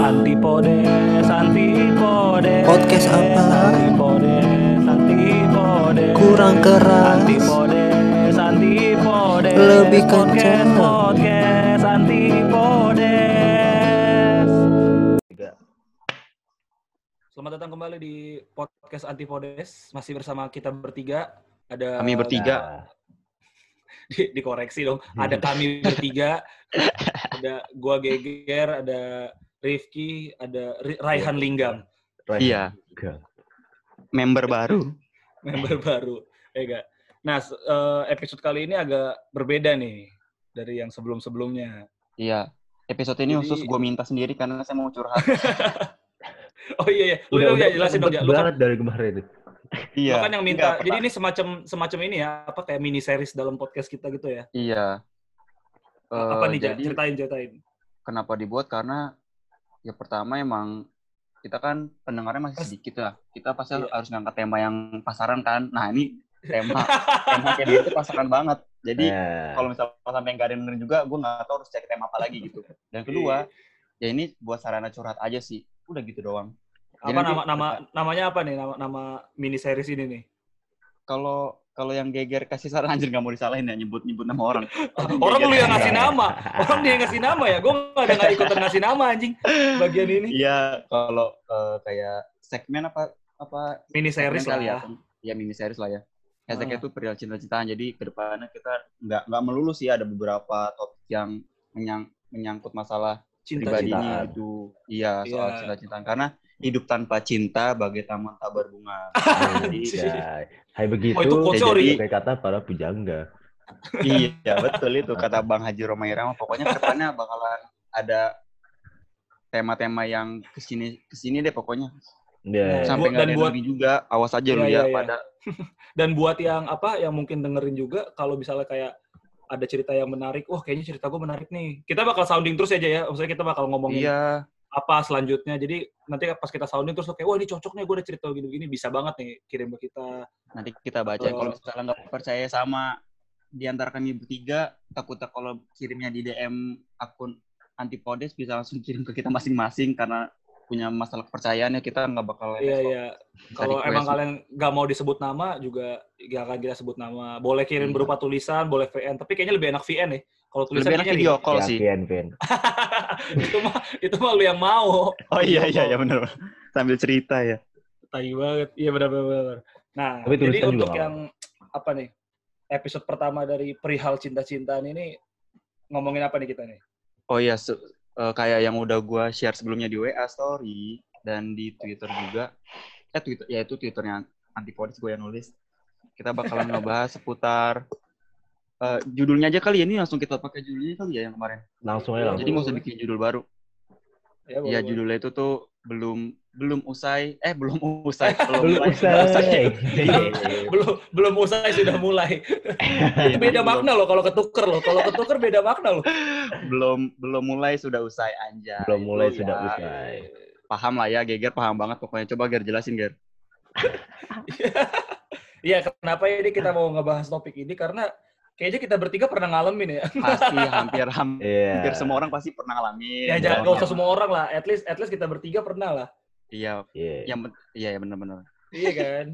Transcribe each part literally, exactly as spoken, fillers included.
Antipodes, antipodes. Podcast apa? Antipodes, antipodes. Kurang keras. Antipodes, antipodes. Lebih Podcast, kencang. podcast, antipodes. Selamat datang kembali di podcast Antipodes. Masih bersama kita bertiga. Ada Kami bertiga. Di, dikoreksi dong. Ada kami bertiga. Ada gua Geger, ada Rifki, ada R- Raihan Linggam. Iya. Member baru. Member baru. Ya enggak. Nah, episode kali ini agak berbeda nih dari yang sebelum-sebelumnya. Iya. Episode ini Jadi... khusus gue minta sendiri karena saya mau curhat. Oh iya iya. Lu udah, udah, jelasin dong ya. Lu kan dari kemarin. Iya. Lu kan yang minta. Enggak, jadi ini semacam semacam ini ya, apa kayak mini series dalam podcast kita gitu ya. Iya. Uh, apa nih, jadi, ceritain ceritain. Kenapa dibuat? Karena ya pertama emang kita kan pendengarnya masih sedikit lah. Kita pasti iya. harus ngangkat tema yang pasaran kan. Nah, ini tema tema kayak gitu pasaran banget. Jadi yeah. kalau misalnya sampai nggak ada yang dengerin juga, gue nggak tahu harus cari tema apa lagi gitu. Dan kedua, ya ini buat sarana curhat aja sih. Udah gitu doang. Apa Jadi nama nama kita... namanya apa nih nama nama mini series ini nih? Kalau kalau yang Geger kasih saran anjir nggak mau disalahin ya nyebut-nyebut nama orang. Orang lu yang ngasih nama. Orang dia yang ngasih nama ya. Gue nggak ada nggak ikutan ngasih nama anjing bagian ini. Iya, kalau uh, kayak segmen apa apa mini series lah ya. Ya mini series lah ya. Hashtagnya itu perihal cinta-cintaan. Jadi kedepannya kita nggak nggak melulu sih, ada beberapa topik yang menyang, menyangkut masalah pribadi ini itu. Iya, soal yeah. cinta-cintaan. Karena hidup tanpa cinta bagai taman tak berbunga. Jadi, ya, hai begitu. Oh, itu ya, jadi kayak kata para pujangga. Iya, betul itu kata Bang Haji Romairama. Pokoknya kedepannya bakalan ada tema-tema yang kesini kesini deh pokoknya. Yeah. Sampai nggak ada buat juga, awas aja yeah, lu ya yeah, pada. Dan buat yang apa, yang mungkin dengerin juga, kalau misalnya kayak ada cerita yang menarik, wah kayaknya cerita gue menarik nih. Kita bakal sounding terus aja ya, maksudnya kita bakal ngomongin. Iya. Yeah. Apa selanjutnya, jadi nanti pas kita sounding terus kayak wah ini cocok nih gue udah cerita gini-gini, bisa banget nih kirim ke kita, nanti kita baca. Uh, kalau misalnya nggak percaya sama diantara kami bertiga, takutnya kalau kirimnya di D M akun Antipodes bisa langsung kirim ke kita masing-masing karena punya masalah kepercayaan ya, kita nggak bakal. Iya iya. Kalau emang kalian nggak mau disebut nama juga nggak akan kita sebut nama. Boleh kirim iya. berupa tulisan, boleh V N, tapi kayaknya lebih enak V N ya. Kalau tulisan lebih enak video call ya, sih. V N, V N. itu mah itu mah lu yang mau. Oh iya iya ya benar. Sambil cerita ya. Tai banget. Iya benar benar. Nah, tapi jadi untuk juga yang mau. Apa nih? Episode pertama dari perihal cinta-cintaan ini ngomongin apa nih kita nih? Oh iya, su- uh, kayak yang udah gue share sebelumnya di W A story dan di Twitter juga. Eh Twitter ya itu Twitternya Antipodes gue yang nulis. Kita bakalan ngebahas seputar Uh, judulnya aja kali ya, ini langsung kita pakai judulnya kali ya yang kemarin. Langsung aja langsung. Jadi nggak usah bikin judul baru. Ya, ya judulnya itu tuh belum belum usai eh belum usai belum usai belum belum usai sudah mulai. Itu beda makna loh kalau ketuker loh. Kalau ketuker beda makna loh. belum belum mulai sudah usai anjay. Belum mulai itu, sudah ya. usai. Paham lah ya, Geger paham banget pokoknya. Coba Ger jelasin Ger. Iya, kenapa ini kita mau ngebahas topik ini karena kayaknya kita bertiga pernah ngalamin ya. Pasti hampir hampir yeah. semua orang pasti pernah ngalamin. Ya jangan nggak usah semua orang lah. At least at least kita bertiga pernah lah. Iya. Yeah. Yang iya ya benar-benar. Iya kan.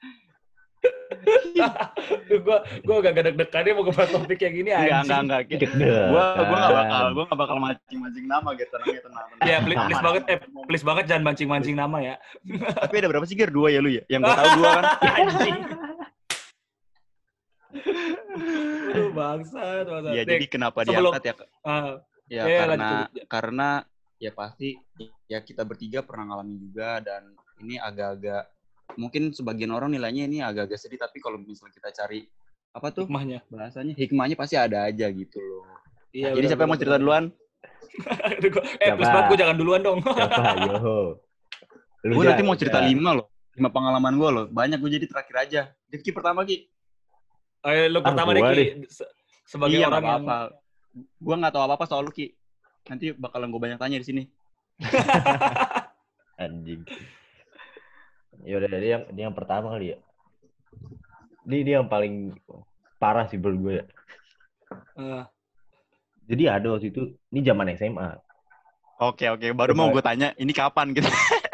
Gue gue gak deg-degannya mau ngebahas topik yang ini aja. Enggak enggak enggak. Gue gue nggak bakal gue nggak bakal mancing-mancing nama gitu, tenang ya tenang. Iya please, please banget eh, please banget jangan mancing-mancing nama ya. Tapi ada berapa sih Ger? Dua ya lu ya? Yang gue tahu dua kan. Anjing. Aduh bangsat, bangsat. Ya jadi kenapa sebelum, diangkat ya? Uh, ya ya karena lanjut. karena ya pasti ya kita bertiga pernah ngalamin juga dan ini agak-agak mungkin sebagian orang nilainya ini agak-agak sedih, tapi kalau misalnya kita cari apa tuh hikmahnya, bahasanya hikmahnya pasti ada aja gitu loh. Iya, nah, jadi siapa yang mau cerita duluan? eh plus banget gue jangan duluan dong. Siapa? Yo. Gue nanti mau cerita ya. lima loh, lima pengalaman gue loh. Banyak gue jadi terakhir aja. Rifki pertama Ki. Ayo lu pertama deh Ki. Sebagai iya, orang yang apa. Gue nggak tahu apa-apa soal lu Ki. Nanti bakalan gue banyak tanya di sini. Anjing. Ya udah, ini yang ini yang pertama kali ya. Ini ini yang paling parah sih menurut gue ya. Uh. Jadi ada waktu itu, ini zaman S M A. Oke oke, baru mau gue tanya ini kapan gitu.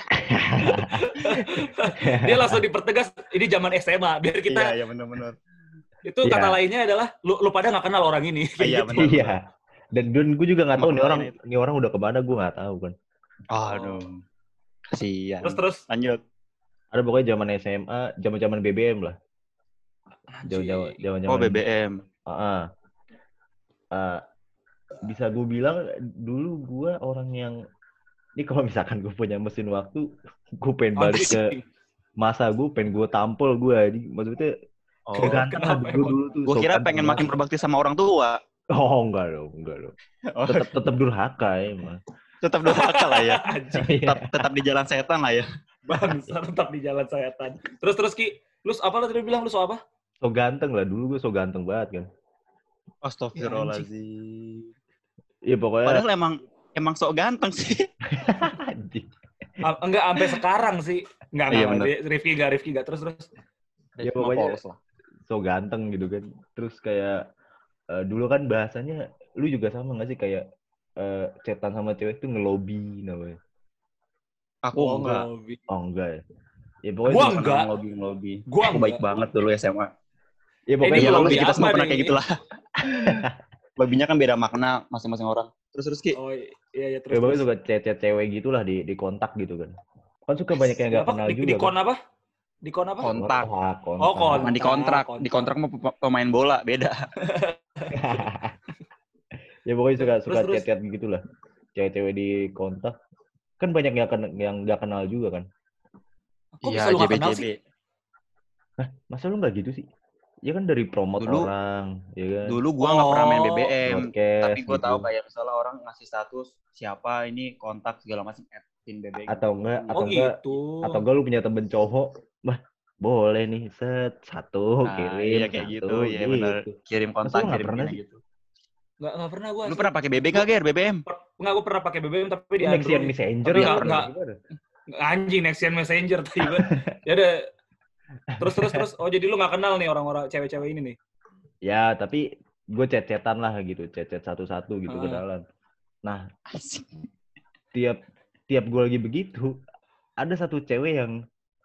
Dia langsung dipertegas, ini zaman S M A biar kita. Iya iya benar-benar. Itu Iya. kata lainnya adalah lu, lu pada nggak kenal orang ini. Ah, iya, Gitu. benar. Iya. Dan dan gue juga nggak tahu nih Makanya orang itu. nih orang udah kemana, gue nggak tahu kan. Aduh. Kasihan. Terus terus. Lanjut. Ada pokoknya zaman S M A, zaman-zaman B B M lah. Jauh-jauh, Anjing. zaman-zaman. Oh B B M. Uh, uh, bisa gue bilang dulu gue orang yang ini kalau misalkan gue punya mesin waktu, gue pengen balik ke masa gue, pengen gue tampol gue. Maksudnya Oh, ganteng lah kenapa gue emang? dulu tuh. Gue kira sopan pengen banget. makin berbakti sama orang tua. Oh enggak dong, enggak dong. Oh, Tetap tetap durhaka emang. tetap durhaka lah ya. Anjing. tetap, tetap di jalan setan lah ya. Bangsa tetap di jalan setan. Terus terus Ki, lu apa lu tadi bilang lu so apa? So ganteng lah, dulu gue so ganteng banget kan. Astagfirullahaladzim. Iya pokoknya. Padahal emang emang sok ganteng sih. Anjing. A- enggak sampai sekarang sih. Enggak Iya, enggak. bener. Rifki enggak Rifki enggak terus terus. Ya pokoknya so ganteng gitu kan. Terus kayak uh, dulu kan bahasanya, lu juga sama nggak sih kayak uh, chatan sama cewek itu ngelobi namanya? Aku Oh, enggak. ngelobi. Oh enggak ya. Ya pokoknya Gua itu- enggak. Ngelobi ngelobi. Gua Aku baik enggak. banget dulu S M A. Ya Eh, pokoknya ini Iya, ngelobi lu kita semua apa pernah nih? kayak gitulah. Lobinya kan beda makna masing-masing orang. Terus terus Ki. Oh iya iya terus. ya pokoknya terus. suka chat-chat cewek gitulah di di kontak gitu kan. Kan suka banyak yang nggak Apa kenal di, juga. di kon kan. apa? Di kon apa? Kontak. Kontak, kontak. Oh, kon- Bukan di kontrak, kontrak. di kontrak mau pe- pemain bola beda. Ya pokoknya suka suka Terus, terus. chat-chat gitulah. Cewek-cewek di kontak. Kan banyak yang ken- yang nggak kenal juga kan. Kok Iya, bisa lu J nggak B kenal J B. sih? Hah, masa lu nggak gitu sih? Ya kan dari promote Dulu- orang, ya kan. Dulu gua nggak pernah main B B Oh, M, broadcast tapi gua gitu. tahu kayak misalnya orang ngasih status siapa ini kontak segala macam admin B B M. Atau enggak, Oh atau enggak, gitu. atau enggak lu punya temen cowok, bah boleh nih set satu Nah, kirim iya kayak satu, gitu, iya benar. Kirim kontak, lu nggak kirim pernah ini sih? gitu. Nggak nggak pernah gua. Lu sih. pernah pakai B B K, Ger? B B M? Nggak, gue pernah pakai B B M tapi di Nexian Android. Messenger Tapi lah, nggak- atau nggak- gimana? Anjing Nexian Messenger tiba. Ya udah. Terus terus terus. Oh jadi lu nggak kenal nih orang-orang cewek-cewek ini nih? Ya tapi gue chat-chatan lah gitu, chat-chat satu-satu gitu Ah. kenalan. Nah tiap tiap gue lagi begitu, ada satu cewek yang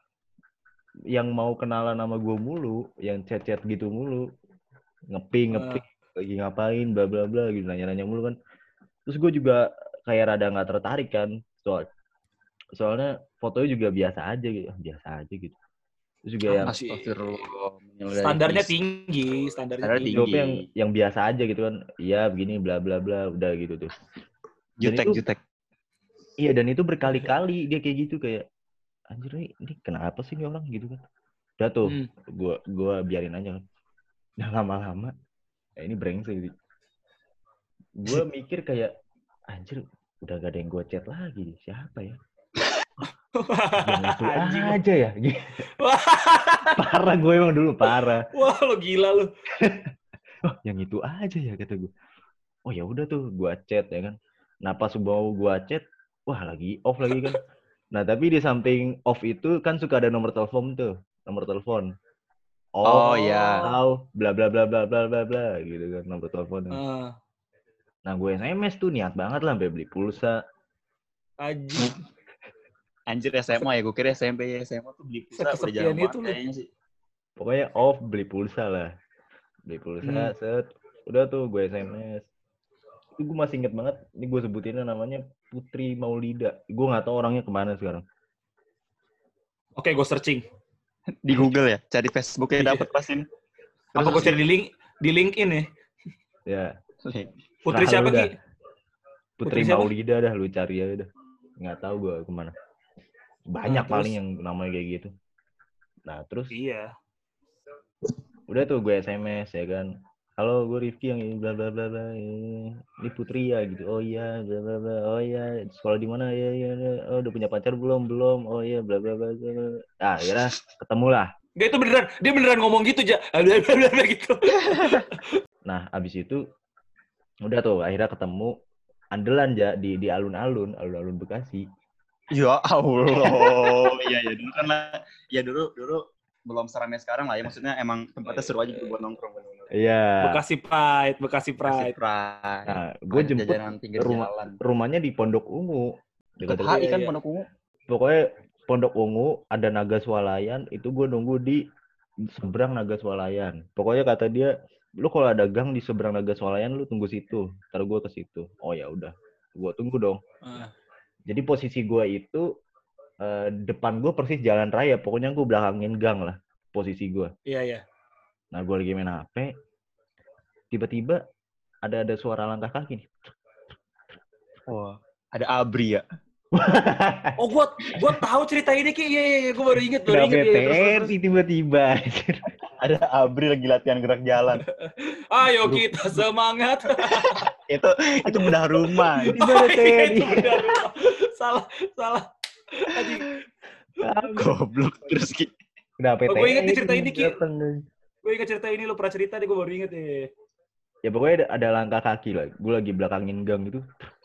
yang mau kenalan sama gue mulu, yang chat-chat gitu mulu, ngeping ngeping lagi ngapain, bla bla bla gitu, nanya-nanya mulu kan. Terus gue juga kayak rada nggak tertarik kan, soal soalnya fotonya juga biasa aja gitu, biasa aja gitu. Terus juga yang Astagfirullah. Standarnya tinggi, standarnya Standar tinggi. tinggi. jawabnya yang yang biasa aja gitu kan, iya begini bla bla bla, udah gitu tuh. Dan Jutek, itu- jutek. Iya, dan itu berkali-kali dia kayak gitu, kayak anjir nih, ini kenapa sih ini orang gitu kan. Udah tuh, Hmm. gua gua biarin aja kan. Udah lama-lama, ya ini brengsek sih. Gua mikir kayak anjir, udah gak ada yang gua chat lagi, siapa ya? Yang itu Anjing. aja ya. Parah gue emang dulu, parah. Wah lo gila lu. Oh, yang itu aja ya kata gue. Oh ya udah tuh, gua chat ya kan. Nah pas mau gua chat, wah lagi off lagi kan. Nah tapi di samping off itu kan suka ada nomor telepon tuh, nomor telepon. Oh, iya. Atau bla bla bla bla bla bla bla gitu kan nomor telepon. Ah, Nah gue S M S tuh niat banget lah sampai beli pulsa. anjing. Anjir S M A ya, gue kira S M P ya. S M A tuh beli pulsa udah Sekesepian jarang itu banget lu. kayaknya sih. Pokoknya off beli pulsa lah. Beli pulsa Hmm. set. Udah tuh gue S M S. Itu gue masih inget banget. Ini gue sebutinnya namanya Putri Maulida. Gue nggak tahu orangnya kemana sekarang. Oke, gue searching. Di Google ya, cari Facebooknya Iya. dapet pas ini. Apa gue cari di link di LinkedIn ya? Ya. Putri Serah siapa lu dah. Ki? Putri, Putri siapa? Maulida dah, lu cari aja dah. Nggak tahu gue kemana. Banyak Nah, terus? paling yang namanya kayak gitu. Nah terus Iya. udah tuh gue S M S ya kan. Halo, gue Rifki yang ini bla bla bla bla. Ini ini Putri ya gitu. Oh iya, bla bla bla. Oh iya, sekolah di mana? Ya ya. Ya. Oh, udah punya pacar belum? Belum. Oh iya, bla bla bla. bla. Ah, akhirnya ketemu lah. Gak itu beneran, dia beneran ngomong gitu aja. Blablabla gitu. Nah, abis itu udah tuh akhirnya ketemu andelan ja di di alun-alun, alun-alun Bekasi. Ya Allah. Iya ya dulu kan lah. Ya dulu dulu belum seramai sekarang lah ya. Maksudnya emang tempatnya seru aja gitu buat nongkrong bener-bener. Iya. Bekasi Pride, Bekasi Bekasi Pride. Pride. Nah, gue Ada jemput jajanan pinggir rumah jalan. rumahnya di Pondok Ungu. Dekat Dekat- H I Iya, kan iya. Pondok Ungu. Pokoknya Pondok Ungu ada Naga Swalayan, itu gue nunggu di seberang Naga Swalayan. Pokoknya kata dia, lu kalau ada gang di seberang Naga Swalayan lu tunggu situ. Ntar gue ke situ. Oh ya udah, gue tunggu dong. Ah. Jadi posisi gue itu eh, depan gue persis jalan raya. Pokoknya gue belakangin gang lah posisi gue. Iya, iya. Nah gue lagi main H P, tiba-tiba ada ada suara langkah kaki nih. Wah, ada Abri ya. Oh, gua gua tahu cerita ini Ki. Iya, iya, iya, gua baru inget, baru Kenapa inget. Iya, terus, terus, T R terus. tiba-tiba? Ada Abri lagi latihan gerak jalan. Ayo kita semangat. itu itu bedah rumah. Tiba ada Oh, iya, T R. itu benar. salah, salah. Anjing. Goblok terus Ki. Kenapa Oh, T R? gua inget nih cerita ini, Ki. dateng. Gue inget cerita ini, lu pernah cerita deh, gua baru inget ya. Ya pokoknya ada, ada langkah kaki lah. Gue lagi belakangin gang gitu.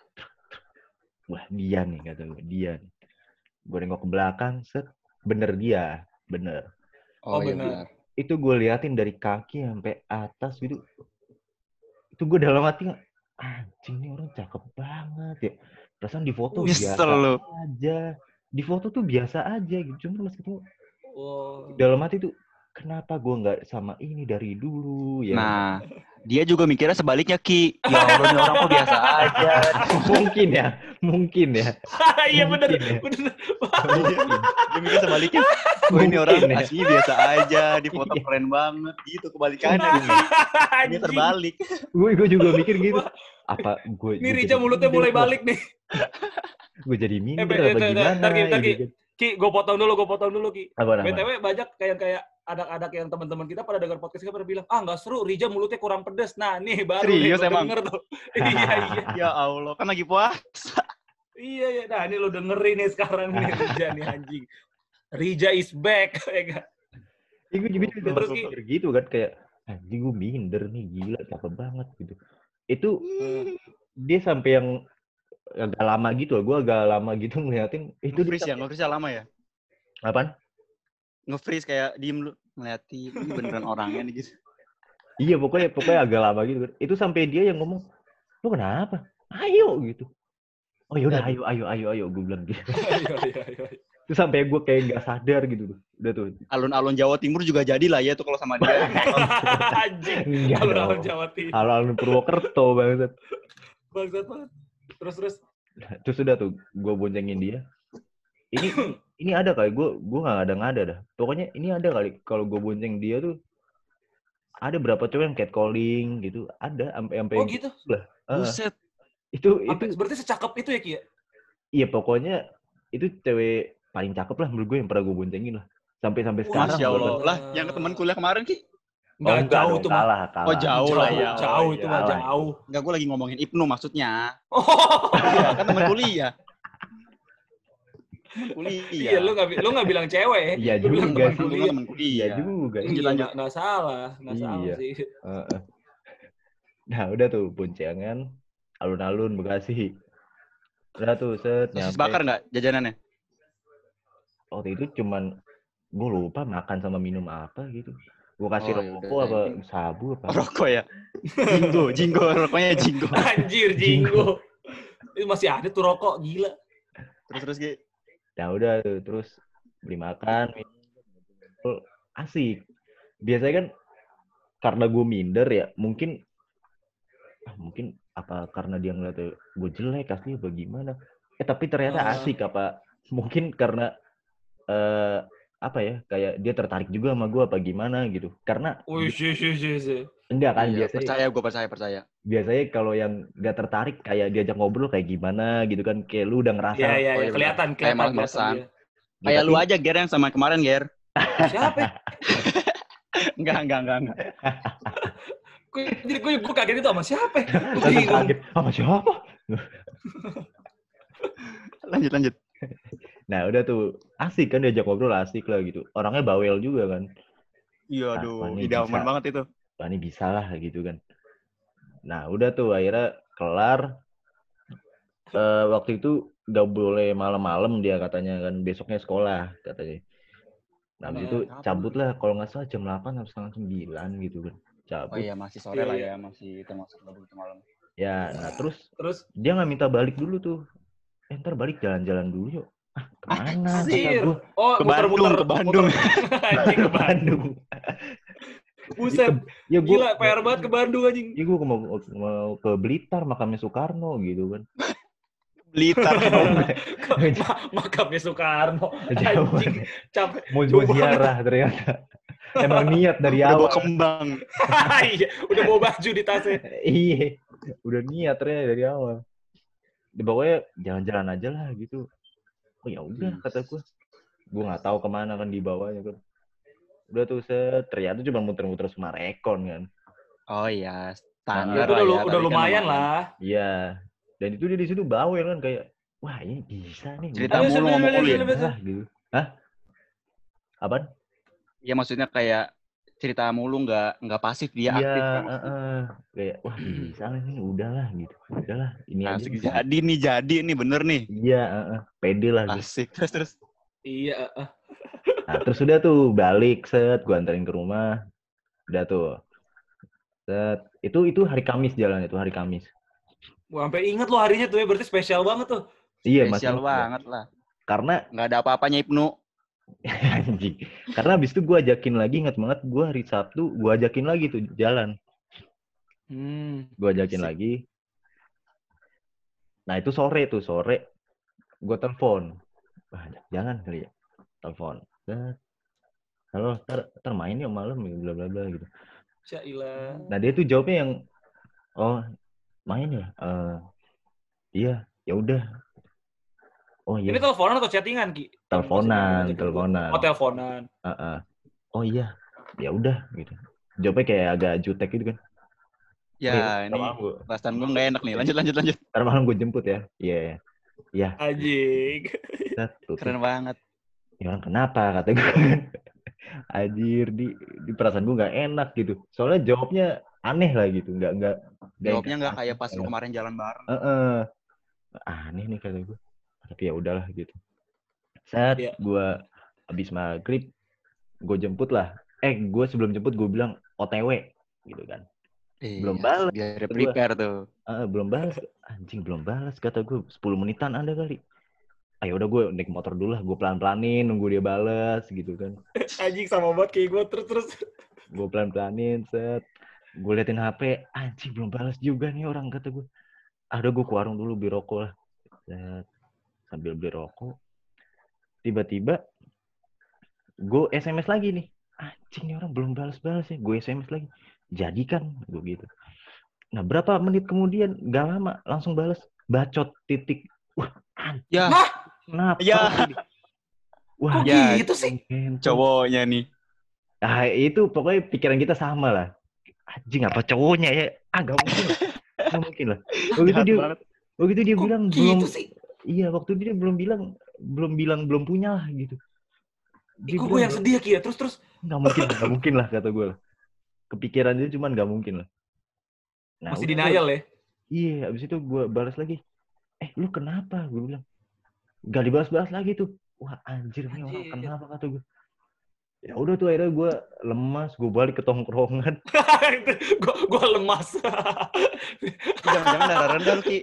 Wah dia nih kata gue, dia nih. Gue nengok ke belakang, set. Bener dia, bener. Oh, iya benar. Itu gue liatin dari kaki sampai atas gitu. Itu gue dalam hati, anjing ini orang cakep banget ya. Perasaan di foto Nyesel biasa lu. aja. Di foto tuh biasa aja gitu. Cuma pas ketemu, Oh. dalam hati tuh, kenapa gue nggak sama ini dari dulu ya? Nah, dia juga mikirnya sebaliknya Ki. Ya Allah ini orang kok biasa aja. Mungkin ya, mungkin ya. Iya benar, Mungkin ya. benar. Mungkin. Dia mikir sebaliknya. Oh ini orang Mungkin ya. aslinya biasa aja, di foto Iya. keren banget. Gitu kebalikannya. Dia Anjing. terbalik. Gue gue juga mikir gitu. Apa gue Ini Rija mulutnya mulai balik nih. Gue jadi minder Eh, apa eh, eh, gimana? ntar, Ki, ntar, Ki. gitu kan. Ki, gue potong dulu, gue potong dulu Ki. Apa B T namanya? W banyak kayak kayak anak-anak yang teman-teman kita pada dengar podcast kita pada bilang, ah nggak seru, Rija mulutnya kurang pedes. Nah nih baru Serius nih, lu emang? denger tuh. iya iya Ya Allah, kan lagi puasa. iya iya. Nah ini lu dengerin nih sekarang nih Rija nih anjing. Rija is back. ya kan? Ya, gue juga juga Terus, Ki. mikir gitu kan kayak anjing gue minder nih gila cakep banget gitu. Itu dia sampai yang agak lama gitu loh. Gue agak lama gitu ngeliatin itu dia Nge-freeze ya, sampai- nge-freeze lama ya? apaan? Nge-freeze kayak diem lu ngeliatin ini beneran orangnya nih gitu. Iya pokoknya pokoknya agak lama gitu kan. Itu sampai dia yang ngomong, lu kenapa? Ayo gitu. Oh yaudah Aduh. ayo ayo ayo ayo gue bilang gitu. Iya iya iya. Terus sampai gue kayak nggak sadar gitu tuh. Udah tuh. Alun-alun Jawa Timur juga jadi lah ya tuh kalau sama dia. Anjing. Enggak Alun-alun dong. Jawa Timur. Alun-alun Purwokerto banget. Bangsat banget. Terus terus. Terus udah tuh gue boncengin dia. Ini ini ada kali gue gue nggak ada nggak ada dah. Pokoknya ini ada kali kalau gue bonceng dia tuh ada berapa cowok yang catcalling gitu. Ada sampai sampai Oh gitu. lah. Heeh. Buset. itu itu Sampai, berarti secakep itu ya Ki ya? iya pokoknya itu cewek paling cakep lah menurut gue yang pernah gue boncengin lah. Sampai sampai Wah, sekarang. Masya bahkan. Allah. Lah, yang ke teman kuliah kemarin Ki. Oh, Enggak enggak jauh dong, tuh mah. kalah, kalah. Oh, jauh lah ya. Jauh Oh, itu iya. mah Kalah. jauh. Enggak, gue lagi ngomongin Ibnu maksudnya. Oh. Iya, kan teman kuliah. Teman kuliah. Iya, lu nggak bi- lu nggak bilang cewek ya? Iya Lu bilang juga teman sih. Gue kuliah. teman Iya kuliah. juga. Iya, Lanjut, lanjut. nggak nggak salah, nggak salah Iya. sih. Heeh. Nah udah tuh boncengan alun-alun Bekasi. Udah tuh set Sosis nyampe. bakar nggak jajanannya? Waktu itu cuman gue lupa makan sama minum apa gitu. Gue kasih Oh, yaudah, rokok apa ini. sabu apa. Oh, rokok ya? Jinggo, jinggo, rokoknya jinggo. Anjir, jinggo. Itu masih ada tuh rokok, gila. Terus, terus Ki. Nah udah tuh terus beli makan, minum. Asik. Biasanya kan karena gue minder ya, mungkin ah, mungkin apa karena dia ngeliat gue jelek asli apa gimana. Eh tapi ternyata Ah. asik apa mungkin karena eh apa ya kayak dia tertarik juga sama gue apa gimana gitu. Karena Wih, sih, sih, sih, sih. enggak kan Iya, biasanya percaya, gue percaya, percaya. biasanya kalau yang gak tertarik kayak diajak ngobrol kayak gimana gitu kan kayak lu udah ngerasa Iya, iya, Oh, iya, iya, kelihatan, benar. Kayak kelihatan, malas-malasan. kelihatan dia. Ya, Kayak tapi- lu aja, Ger, yang sama kemarin, Ger. Siapa? ya? Enggak, enggak, enggak, enggak. Gue jadi gue gue kaget itu sama siapa? ya? Gue langsung bingung. kaget sama siapa. Lanjut, lanjut. Nah udah tuh asik kan diajak ngobrol asik lah gitu. Orangnya bawel juga kan. Iya, Ah, aduh, ini idaman bisa. banget itu. Wah ini bisa lah gitu kan. Nah udah tuh akhirnya kelar. Eh, waktu itu gak boleh malam-malam dia katanya kan besoknya sekolah katanya. Nah habis itu Kenapa? cabut lah kalau nggak salah jam delapan atau setengah sembilan gitu kan. Oh cabut. iya, masih sore Iya, lah iya. ya, masih termasuk begitu malam. Ya, nah terus Terus dia nggak minta balik dulu tuh. Eh, ntar balik jalan-jalan dulu yuk. Ah, kemana? Kata Sir. gue. Oh, Ke muter-muter Bandung, ke Bandung. muter. Anjing ke Bandung. Buset. Ya gue, Gila, P R banget ke Bandung anjing. ya gue mau, mau ke Blitar makamnya Soekarno gitu kan. Blitar. Ke ma- makamnya Soekarno. Jauh. Anjing, capek. Mau Jauh gue ziarah ternyata. Emang niat dari Udah bawa awal. kembang. Iya, udah bawa baju di tasnya. Iya, udah niat ternyata dari awal. Di pokoknya jalan-jalan aja lah gitu. Oh ya udah Hmm. kata gue. Gue nggak tahu kemana kan dibawanya kan. Udah tuh set, ternyata cuma muter-muter Sumarekon kan. Oh iya, Ya, standar itu lah udah, ya. lu- udah tapi kan lumayan lah. Iya. Dan itu dia di situ bawel kan kayak, wah ini bisa nih. Cerita Ayo, mulu betul, ngomong betul, lu ya. betul, betul. Lah gitu. Hah? Apaan? Ya maksudnya kayak cerita mulu nggak nggak pasif dia Iya, aktif. uh, uh, kayak wah bisa nih, udahlah gitu. Udahlah, ini aja. Asik, bisa. jadi nih, jadi nih bener nih. Iya, uh, uh, pede lah gitu. Asik. Terus terus. Iya, uh. Nah, terus udah tuh balik set, gua anterin ke rumah. Udah tuh. Set, itu itu hari Kamis jalan itu, hari Kamis. Gua sampai inget lo harinya tuh ya, berarti spesial banget tuh. Iya, Spesial masih banget lah. karena Nggak ada apa-apanya Ibnu. anjing. Karena abis itu gue ajakin lagi, ingat banget gue hari Sabtu gue ajakin lagi tuh jalan. Hmm. Gue ajakin Asik. lagi. Nah itu sore tuh sore gue telepon. Wah jangan kali ya. Telepon. Halo, ntar, ntar main yuk malam bla bla bla gitu. Syailah. Nah dia tuh jawabnya yang oh main ya. Uh, iya ya udah. Oh iya. Ini teleponan atau chattingan, Ki? Teleponan, teleponan. Oh, teleponan. Uh-uh. Oh iya, ya udah gitu. Jawabnya kayak agak jutek gitu kan. Ya, ini perasaan gue nggak enak nih. Lanjut, lanjut, lanjut. Ntar malam gue jemput ya. Iya, yeah. iya. Anjing. Keren banget. Ya orang kenapa kata gue kan. Anjir, di, di perasaan gue nggak enak gitu. Soalnya jawabnya aneh lah gitu. Nggak, nggak. Jawabnya nggak kayak pas lu kemarin jalan bareng. Uh-uh. Aneh nih kata gue. Tapi ya udahlah gitu. Saat yeah. gue habis maghrib, gue jemput lah. Eh, gue sebelum jemput gue bilang O T W gitu kan. Iya, belum balas. Biar prepare tuh. Uh, belum balas. Anjing belum balas kata gue. sepuluh menitan ada kali. Ayo udah gue naik motor dulu lah. Gue pelan-pelanin nunggu dia balas gitu kan. Anjing sama banget kayak gue terus-terus. Gue pelan-pelanin set. Gue liatin H P. Anjing belum balas juga nih orang kata gue. Ah udah gue ke warung dulu beli rokok lah. Set. Sambil beli rokok. Tiba-tiba gue S M S lagi nih. Anjing nih orang belum balas-balas ya. Gue S M S lagi. Jadi kan gue gitu. Nah berapa menit kemudian gak lama langsung balas. Bacot titik. Wah anjing. Ya. Kenapa? Ya. Wah kok ya, gitu sih? Cowoknya nih. Nah itu pokoknya pikiran kita sama lah. Anjing apa cowoknya ya? Ah gak mungkin lah. Gak mungkin lah. Begitu dia, begitu dia bilang gitu belum. Sih? Iya waktu dia belum bilang, belum bilang belum punya lah gitu. Kok gue yang sedih Ki ya? Terus terus. Gak mungkin, gak mungkin lah kata gue lah. Kepikiran dia cuman gak mungkin lah. Nah, masih denial ya? Iya, abis itu gue balas lagi. Eh, lu kenapa? Gue bilang. Gak dibalas-balas lagi tuh. Wah anjir, nih orang kenapa kata gue. Ya udah tuh akhirnya gue lemas, gue balik ke tongkrongan. gue gue lemas. Jangan-jangan darah rendah Ki.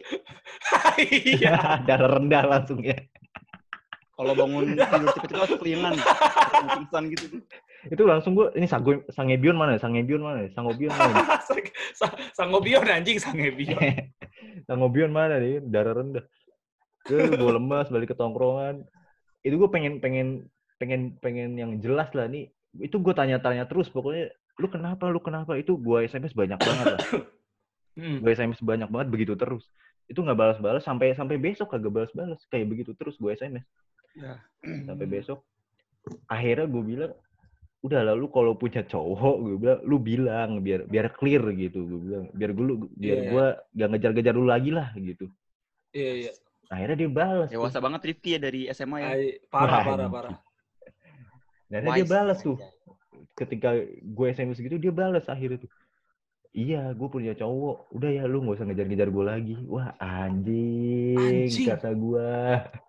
Iya. Darah rendah langsung ya. Kalau bangun tidur cepet-cepet langsung kelingan. Pingsan gitu. Itu langsung gue, ini Sango, Sangebion mana? Sangebion mana? Sangobion mana? Sangobion anjing, Sangebion. Sangobion mana nih? Darah rendah. Gue gue lemas balik ke tongkrongan. Itu gue pengen pengen pengen pengen yang jelas lah nih. Itu gue tanya-tanya terus pokoknya lu kenapa lu kenapa itu gue S M S banyak banget lah. hmm. Gue S M S banyak banget begitu terus. Itu nggak balas-balas sampai sampai besok kagak balas-balas kayak begitu terus gue S M S. Ya. Sampai besok. Akhirnya gue bilang udah lah lu kalau punya cowok gue bilang lu bilang biar biar clear gitu gue bilang biar gue biar yeah. gue gak ngejar-ngejar lu lagi lah gitu. Iya yeah, iya. Yeah. Akhirnya dia balas. Dewasa tuh. Banget Rifki ya dari S M A ya. Ay, parah, parah, parah. Dan dia balas tuh. Ketika gue S M S gitu, dia balas akhirnya tuh. Iya, gue punya cowok. Udah ya, lu gak usah ngejar-ngejar gue lagi. Wah, anjing, anjing. Kata gue.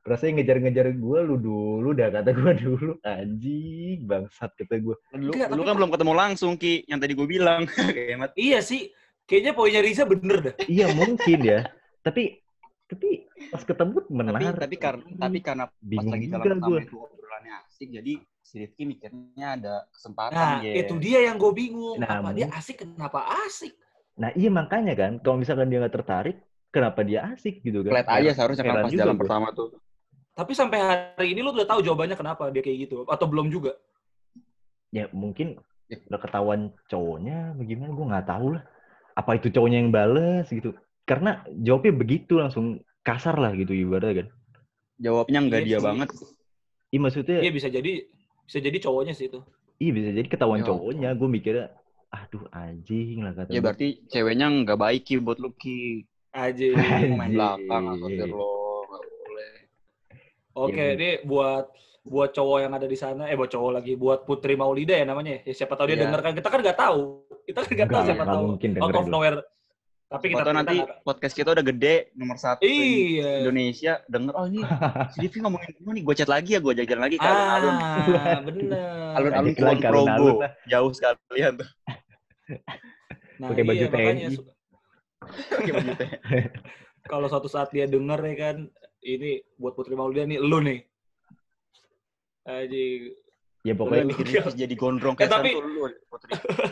Rasanya ngejar-ngejar gue lu dulu dah, kata gue dulu. Anjing, bangsat kata gue. Lu, Enggak, lu tapi kan kan- belum ketemu langsung, Ki. Yang tadi gue bilang. Hemat. Iya sih, kayaknya poinnya Riza bener dah. Iya mungkin ya. Tapi tapi pas ketemu Tapi menarik. tapi karena tapi karena pas Bingung lagi jalan juga pertama gue. itu obrolannya asik, jadi si Rifki mikirnya ada kesempatan. Nah, Ger. itu dia yang gue bingung. Nah, Apa dia mungkin. asik, kenapa asik? Nah iya makanya kan, kalau misalkan dia nggak tertarik, kenapa dia asik gitu kan? Flat aja seharusnya kan Heran pas juga jalan gue. pertama tuh. Tapi sampai hari ini lu udah tahu jawabannya kenapa dia kayak gitu? Atau belum juga? Ya mungkin Ya. udah ketahuan cowoknya, bagaimana gue nggak tahu lah. Apa itu cowoknya yang bales gitu? Karena jawabnya begitu langsung kasar lah gitu ibaratnya kan. Jawabnya enggak Iya dia sih. banget. Iya maksudnya, Iya bisa jadi bisa jadi cowoknya sih itu. iya bisa jadi ketahuan Ya cowoknya. Gue mikirnya, aduh anjing lah kata Ya gue. berarti ceweknya enggak baik Ki buat lu Ki. Aja. Main Anjing. belakang atau lo enggak boleh. Oke, Ya, ini buat buat cowok yang ada di sana, eh buat cowok lagi, buat Putri Maulida ya namanya. Ya siapa tahu dia Iya. denger kan. Kita kan nggak tahu. Kita kan nggak tahu Enggak, siapa nggak tahu. mungkin Out denger of itu. nowhere. Tapi kita Foto nanti kita nggak- podcast kita udah gede, nomor satu Iya. Indonesia. Denger, oh ini si Rifki ngomongin gue nih, gue chat lagi ya, gue jajan lagi ke alun-alun. Ah, bener. Alun-alun Ajak lagi Kulon ke Progo. alun-alun lah. Jauh sekalian tuh. Nah, Pakai baju iya, T N I. makanya su- Pakai baju teh. kalau suatu saat dia denger ya kan, ini buat Putri Maulida nih, lu nih. Aji. Ya Pokoknya pokoknya bikin Rifki jadi gondrong Eh, kayak tapi- Santul lu, Putri.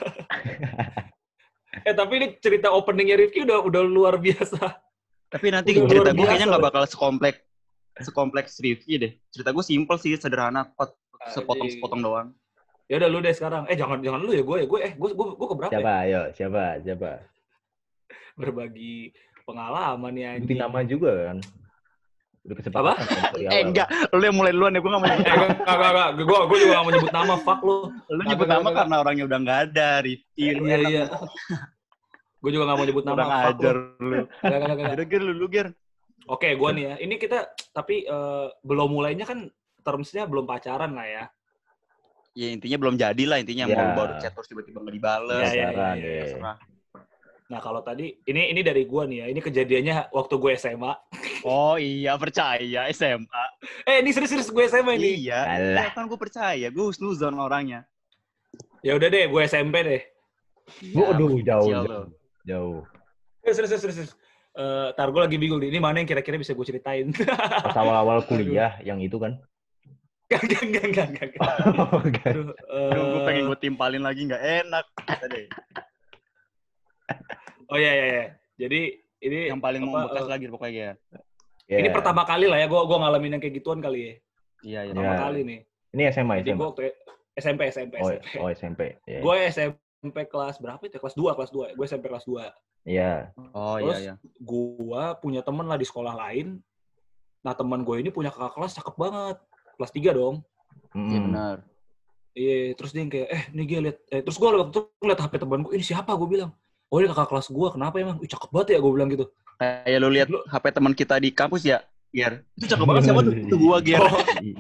Eh tapi ini cerita openingnya Rifki udah udah luar biasa. Tapi nanti Udah cerita luar gue kayaknya biasa, nggak loh. bakal sekompleks sekompleks Rifki deh. Cerita gue simpel sih, sederhana, pot sepotong-sepotong doang. Ya udah lu deh sekarang. Eh jangan jangan lu ya gue ya gue eh gue gue gue keberapa siapa? ya? Ayo, siapa? Siapa? Berbagi pengalaman ya Sebutin anjing. nama juga kan. Udah kesepakatan kan dari Eh awal. enggak, lu yang mulai duluan ya, gue nggak mau nyebut Eh nama. enggak enggak enggak gue gue juga gak mau nyebut nama, fuck lu. Lu Enggak, nyebut enggak, nama enggak. karena orangnya udah nggak ada, Rifki. Lu Iya enak iya. Gue juga gak mau nyebut nama, kurang fuck lu. ajar lu. Enggak enggak enggak. Udah Ger, lu lu Ger. Oke, gue nih ya. Ini kita tapi eh, belum mulainya kan termsnya belum pacaran lah ya. Ya intinya belum jadi lah, intinya Ya. mau baru chat terus tiba-tiba nggak dibales. Iya, iya, Pacaran, iya, deh. Terserah. Nah kalau tadi ini ini dari gue nih ya. Ini kejadiannya waktu gue S M A. Oh iya, percaya S M A. Eh ini serius-serius gue S M A ini. Iya, Alah. iya kan gue percaya, gue husnuzon orangnya. Ya udah deh, gue S M P deh. Waduh, jauh, kecil jauh. lo. Jauh. Eh, serius, serius, serius. Eh, tar gue lagi bingung nih. Ini mana yang kira-kira bisa gue ceritain? Pas awal-awal kuliah yang itu kan. Gak, gak, gak, gak, gak, gak. Enggak. Aduh, Aduh, gue eh, pengen gue timpalin lagi, nggak enak. Kata deh. Oh iya, iya, iya. Jadi ini Yang paling apa, membekas eh, lagi pokoknya ya. Ya. ini pertama kali lah ya. Gue gue ngalamin yang kayak gituan kali ya. Iya, iya. Pertama Ya. kali nih. Ini S M A, Jadi S M gue A. waktu S M P, S M P, Oh, S M P. oh S M P. Ya. Gue S M P kelas berapa itu? Kelas dua, kelas dua. Gue S M P kelas dua. Iya. Oh Terus iya, iya. gue punya temen lah di sekolah lain. Nah teman gue ini punya kakak kelas cakep banget. Kelas tiga dong. Iya Mm. benar. Iya, terus dia yang kayak, eh, nih gue liat, eh, terus gue waktu itu ngeliat H P temen gue, ini siapa? Gue bilang, oh ini kakak kelas gue, kenapa emang? Ih, cakep banget ya, gue bilang gitu. Kayak lu lihat Lu- H P teman kita di kampus ya, Ger. Itu cakep banget siapa tuh? Itu gua, Ger. Oh,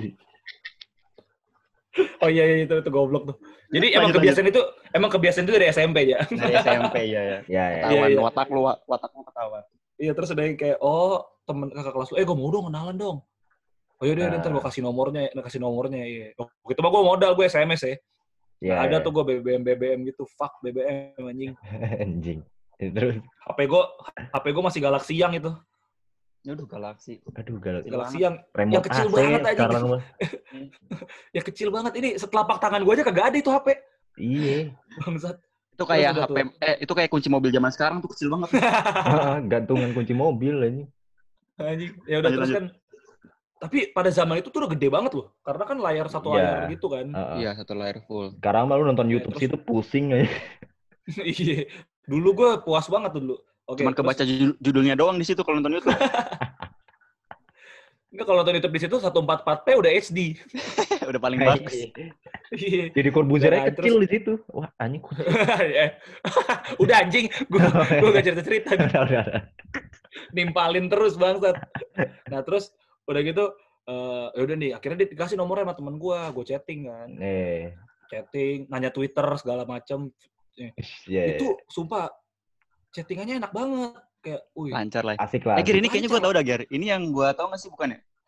oh iya, iya, itu, itu goblok tuh. Jadi emang Lanjut, kebiasaan itu, emang kebiasaan itu dari S M P ya. Dari S M P ya ya. Ya, ya. Ketahuan Iya, iya. watak lu, watak lu ketahuan. Iya, terus ada yang kayak, oh temen kakak kelas lu, eh gue mau dong kenalan dong. Oh yaudah, Nah. ntar gue kasih nomornya, kasih nomornya, iya. Waktu itu mah gue modal, gue S M S ya. Ya, Nah, ada ya. tuh gue B B M, B B M gitu, fuck B B M anjing. Anjing. Terus, H P gue, H P gue masih Galaxy yang itu. Ya udah Galaxy. aduh, gal- Galaxy yang, remote yang kecil A C banget aja. sekarang mah. ya kecil banget. Ini setelapak tangan gue aja kagak ada itu H P. Iya. Bangsat. Itu kayak Terus H udah P eh itu kayak kunci mobil zaman sekarang tuh kecil banget. Gantungan kunci mobil ini. Anjing. Ya udah Lanjut, terus lanjut. kan. Tapi pada zaman itu tuh udah gede banget loh. Karena kan layar satu Iya. layar gitu kan. Heeh. Iya, satu layar full. Sekarang mah lu nonton Ya, YouTube terus- situ pusing aja. Iya. Dulu gue puas banget tuh dulu. Oke. Cuman terus- kebaca judul- judulnya doang di situ kalau nonton YouTube. Enggak, kalau nonton YouTube di situ seratus empat puluh empat p udah H D. Udah paling bagus. Iya. Jadi Corbuzier Nah, kecil di situ. Wah, anjing. Eh, udah anjing, gue gue gak cerita-cerita nih. Udah, udah, udah. Nimpalin terus bangsat. Nah terus udah gitu, eh ya udah nih, akhirnya dia dikasih nomornya sama temen gue, gue chatting kan, Eh, chatting, nanya Twitter segala macem. ya. Itu sumpah chattingannya enak banget, kayak, wih, Lancar lah. Asik lah. Eh, Ger, asik. ini kayaknya gue tau dah, Ger. Ini yang gue tau nggak sih bukan ya?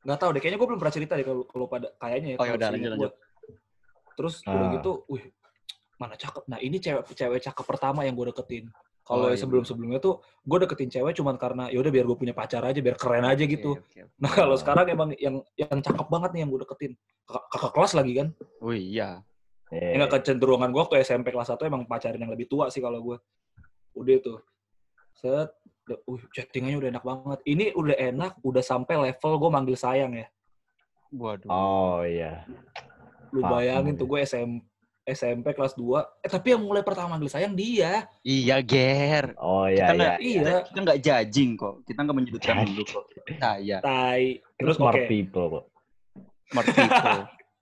nggak tahu deh, kayaknya gue belum pernah cerita deh kalau kalau pada kayaknya ya. Oh ya udah, seingat lanjut, gua. lanjut. Terus Ah. udah gitu, wih, mana cakep. Nah ini cewek cewek cakep pertama yang gue deketin. Kalau Oh, yang iya, sebelum-sebelumnya tuh gue deketin cewek cuman karena ya udah biar gue punya pacar aja, biar keren aja gitu. Oke, oke, oke. Nah kalau Ah. sekarang emang yang yang cakep banget nih yang gue deketin. Kakak, kakak kelas lagi kan. Oh iya. Eh, Enggak kecenderungan gue waktu S M P kelas satu emang pacarin yang lebih tua sih kalau gue. Udah tuh. Set, udah, uh, chattingannya udah enak banget. Ini udah enak, udah sampai level gue manggil sayang ya. Waduh. Oh iya. Lu Paham bayangin ya. tuh gue S M P S M P kelas dua. Eh tapi yang mulai pertama manggil sayang dia. Iya, Ger. Oh Kita iya nggak iya. Iya. kita nggak judging kok. Kita nggak menyudutkan dulu kok. Saya Tai. Kita Terus smart oke. people kok. smart people.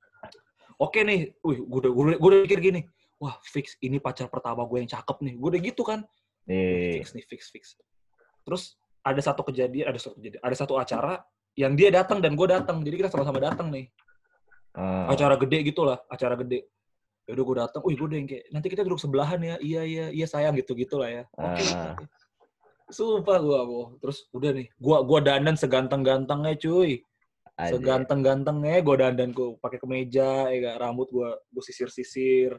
Oke nih. Wih, gue udah, gue, udah, gue udah mikir gini. Wah, fix. Ini pacar pertama gue yang cakep nih. Gue udah gitu kan. Wih, Nih. fix nih, fix, fix. Terus ada satu kejadian, ada satu kejadian, ada satu acara yang dia datang dan gue datang. Jadi kita sama-sama datang nih. Ah. Acara gede gitu lah, acara gede. Ya udah gue datang, wih gue udah yang kayak, nanti kita duduk sebelahan ya, iya iya iya sayang gitu-gitu lah ya. Oke, Ah. oke. Sumpah gue, boh. Terus udah nih, gue gua dandan seganteng-gantengnya cuy. Aja. Seganteng-gantengnya gue dandan, gue pakai kemeja, ya gak, rambut gue gue sisir-sisir.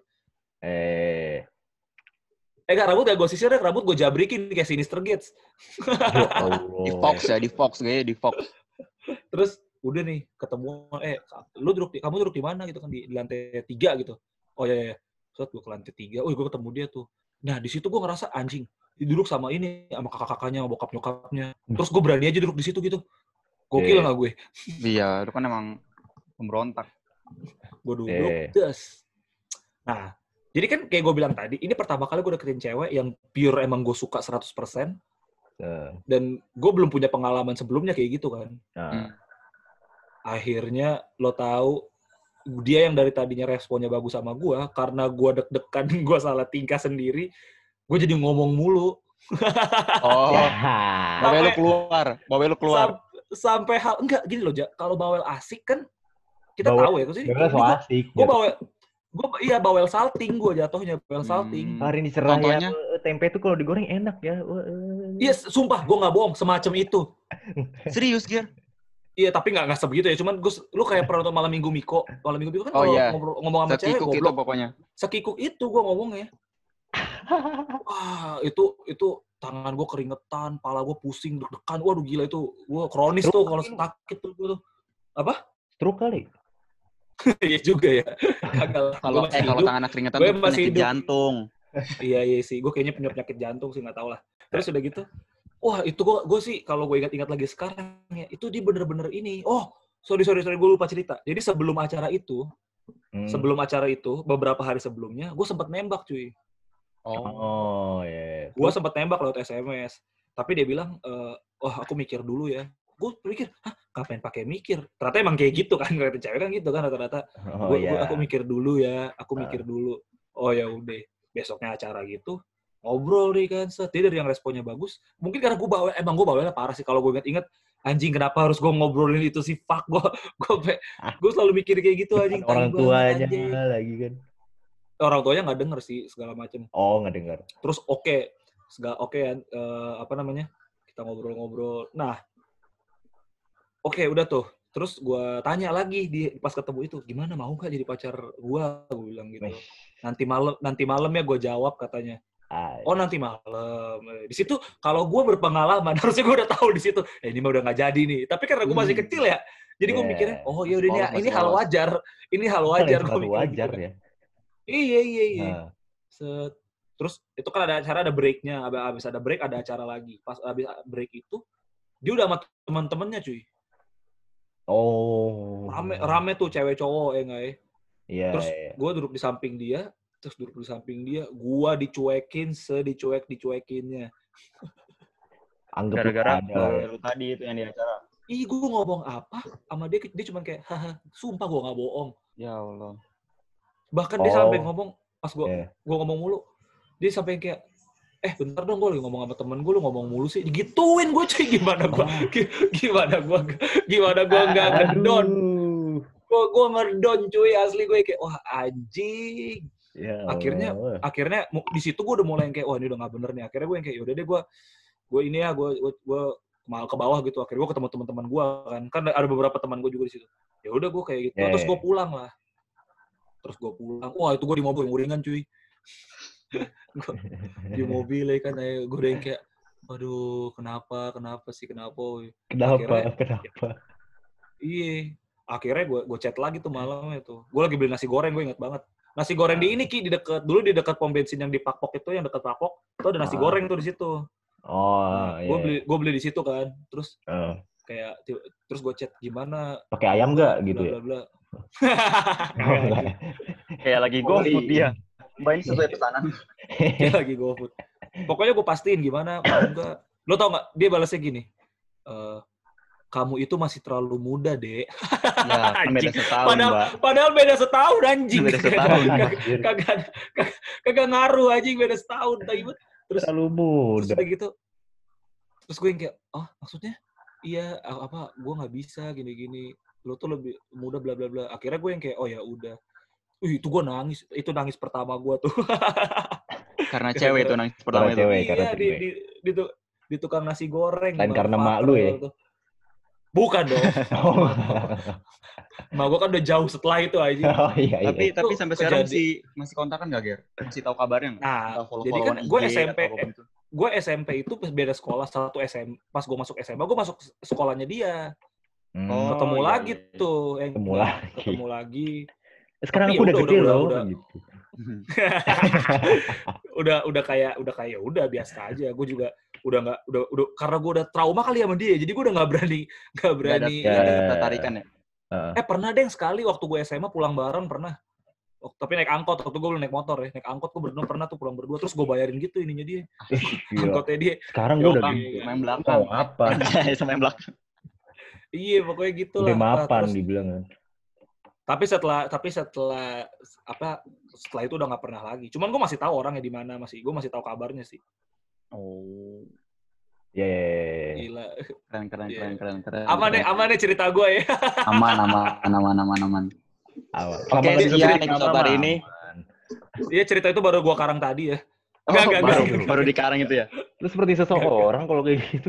Eh. Eh gak, rambut gak gue sisir, rambut gue jabrikin kayak Sinister Gates. Ya Allah. Di Fox ya, di Fox kayaknya di Fox. Terus udah nih ketemu, eh lu duduk di, kamu duduk di mana gitu kan, di, di lantai tiga gitu. Oh ya ya, ya. Terus gue ke lantai tiga, oh gue ketemu dia tuh. Nah di situ gue ngerasa anjing, duduk sama ini, sama kakak-kakaknya, sama bokap nyokapnya. Terus gue berani aja duduk di situ gitu. Gokil Yeah. nggak gue? Iya, lu kan emang pemberontak. Gue duduk, Yeah. des. Nah, jadi kan kayak gue bilang tadi, ini pertama kali gue deketin cewek yang pure emang gue suka seratus persen. Uh, Dan gue belum punya pengalaman sebelumnya kayak gitu kan. nah. Hmm. Akhirnya lo tahu, dia yang dari tadinya responnya bagus sama gue, karena gue deg-degan, gue salah tingkah sendiri, gue jadi ngomong mulu. Oh, Ya. babe lu Sampai- keluar, babe lu keluar. Sam- sampai hal enggak gini loh, Ja. Kalau bawel asik kan kita Bawel- tahu ya, maksudnya Gak so asik. gue bawel, gue iya bawel salting, gue jatuhnya bawel salting. Hmm. Hari ini cerah Contohnya? ya. Eh, Tempe tuh kalau digoreng enak ya. Wah, eh. Iya, sumpah gue nggak bohong, semacam itu. Serius, Ger? Iya, tapi nggak nggak sebegitu ya. Cuman gue, lu kayak pernah nonton Malam Minggu Miko. Malam Minggu Miko kan Oh, kalau iya. ngobrol, ngomong sama cewek Sekikuk itu goblok. pokoknya. Sekikuk itu gue ngomongnya. Wah, itu itu tangan gue keringetan, pala gue pusing, deg-degan. Waduh gila itu. Gue kronis tuh kalau sakit tuh gue tuh. Stroke kali. Iya juga ya. Kagak lah. Kalau Gua masih eh kalau hidup. tangan keringetan Gue tuh masih penyakit hidup. jantung. Iya iya sih. Gue kayaknya punya penyakit jantung sih, nggak tahu lah. Terus udah gitu. Wah itu gue gue sih kalau gue ingat-ingat lagi sekarang ya, itu dia bener-bener ini. Oh sorry sorry sorry gue lupa cerita. Jadi sebelum acara itu, Hmm. sebelum acara itu beberapa hari sebelumnya, gue sempat nembak cuy. Oh. Oh, ya. Gue sempat nembak lewat S M S. Tapi dia bilang, e, wah aku mikir dulu ya. Gue pikir, hah ngapain pakai mikir? Ternyata emang kayak gitu kan, ngeliatin cewek kan gitu kan rata-rata. Oh, Gua, ya. gua, aku mikir dulu ya, aku mikir dulu. Oh ya udah, besoknya acara gitu, ngobrol nih kan, set. Dia dari yang responnya bagus. Mungkin karena gue bawel, emang gue bawelnya parah sih. Kalau gue inget-inget, anjing kenapa harus gue ngobrolin itu sih, fuck. Gue gue gue selalu mikir kayak gitu anjing. Orang tai tuanya banget, anjing. lagi kan. Orang tuanya nggak denger sih segala macem. Oh, nggak dengar. Terus oke, okay, segala oke okay, uh, apa namanya? Kita ngobrol-ngobrol. Nah, oke okay, udah tuh. Terus gue tanya lagi di pas ketemu itu, gimana mau nggak jadi pacar gue? Gue bilang gitu. Nanti malam, nanti malam ya gue jawab katanya. Ay. Oh nanti malam. Di situ kalau gue berpengalaman, harusnya gue udah tahu di situ. Eh, ini mah udah nggak jadi nih. Tapi karena gue masih kecil ya, jadi gue Yeah. mikirnya, oh ya udah ini, Masih ini hal polos. wajar. Ini hal wajar. Hal Gue yang mikir wajar gitu. ya. Iya iya iya. Nah. Set. Terus itu kan ada acara, ada breaknya. Abis ada break, ada acara lagi. Pas abis break itu, dia udah sama teman-temannya cuy. Oh. Rame, rame tuh cewek cowok ya nggak ya. Iya. Terus iya. gue duduk di samping dia, terus duduk di samping dia, gue dicuekin sedicuek dicuekinnya. Anggap Gara-gara lu ada. lu tadi itu yang di acara. Ih, gue ngomong apa sama dia, dia cuma kayak, haha, sumpah gue nggak bohong. Ya Allah. Bahkan dia Oh. sampai ngomong, pas gue Yeah. gue ngomong mulu, dia sampai kayak, eh bentar dong, gue lagi ngomong sama temen gue, lu ngomong mulu sih, digituin gue cuy, gimana gue, gimana gue, gimana gue nggak ngedon, Aduh. gue gue ngedon cuy, asli gue kayak, wah anjing. Ya Akhirnya, Allah. akhirnya mu- di situ gue udah mulai yang kayak, wah ini udah nggak bener nih. Akhirnya gue yang kayak, yaudah deh gue, gue ini ya, gue gue mal ke bawah gitu. Akhirnya gue ketemu teman-teman gue kan, kan ada beberapa teman gue juga di situ. Ya udah gue kayak gitu, Yeah. terus gue pulang lah. Terus gue pulang, wah itu gue di mobil uringan cuy. Gua di mobil ya kan, gue udah yang kayak, aduh kenapa, kenapa sih, kenapa? Kenapa? Akhirnya, Kenapa? iya, akhirnya gue gue chat lagi tuh malamnya tuh. Gue lagi beli nasi goreng, gue ingat banget. Nasi goreng di ini Ki, di dekat dulu di dekat pom bensin yang di Pakpok itu, yang dekat Pakpok, itu ada nasi Ah. goreng tuh di situ. Oh, Nah, iya. gue beli gue beli di situ kan. Terus Uh, kayak terus gue chat gimana? pakai ayam nggak gitu ya? Bla bla bla. Oh, enggak. Kayak lagi GoFood dia. Mbak ini sesuai pesanan. Dia lagi GoFood. Pokoknya gue pastiin gimana, mau nggak. Lo tau nggak? Dia balasnya gini. Eh, kamu itu masih terlalu muda, Dek. Ya, kan beda setahun, padahal, Mbak. padahal beda setahun, anjing. Beda setahun. Kagak, kagak, kagak, kagak ngaruh, anjing, beda setahun. Terus, terlalu terus muda. kayak gitu. Terus gue yang kayak, oh maksudnya? Iya, apa, gue nggak bisa, gini-gini. Lo tuh lebih muda, bla bla bla. Akhirnya gue yang kayak, oh ya udah. Wih, itu gue nangis. Itu nangis pertama gue tuh. Karena cewek itu nangis pertama Karena itu. cewek, Iya, karena di, cewek. di, di, di, di tukang nasi goreng. Lain karena mak lu ya? Tuh. Bukan dong. Oh. Mak gue kan udah jauh setelah itu aja. Oh iya, iya. Tapi Itu tapi sampai sekarang kejadian. masih masih kontakan nggak, Ger? Masih tahu kabarnya nggak? Nah, Tahu follow jadi kan followan gue I G S M P, atau apapun itu. gue S M P itu beda sekolah, satu S M P. Pas gue masuk S M A, gue masuk sekolahnya dia. Hmm. Oh, Ketemu iya, lagi iya. tuh. Yang Ketemu lagi. Ketemu lagi. Sekarang Tapi aku ya udah udah, gede udah, loh. udah. Gitu. udah udah kayak udah kayak udah biasa aja. Gue juga udah nggak udah udah karena gue udah trauma kali sama dia, jadi gue udah nggak berani nggak Nggak ada, berani. nggak ada Ya. ketertarikan ya? Uh, Eh pernah deh sekali waktu gue S M A pulang bareng pernah. Oh, tapi naik angkot, waktu gue belum naik motor ya. Naik angkot gue berdua pernah tuh pulang berdua, terus gue bayarin gitu ininya dia. gila. Angkotnya dia. Sekarang gue udah Oke. gede. Main belakang. Mau apa? Anjay, sama yang belakang. Iya pokoknya gitu Udah lah. mapan Terus, dibilang kan. tapi setelah tapi setelah apa setelah itu udah nggak pernah lagi. Cuman gue masih tahu orangnya di mana, masih gue masih tahu kabarnya sih. Oh. Ya, ya, ya. Gila. Keren keren Iya. keren keren keren. Aman deh, aman deh cerita gue ya. Aman aman aman aman aman. Awal. Oke, Selama sekian nggak episode hari ini. aman. Iya cerita itu baru gue karang tadi ya. Oh, Enggak, enggak, baru, enggak. baru dikarang itu ya. Lu seperti seseorang kalau kayak gitu.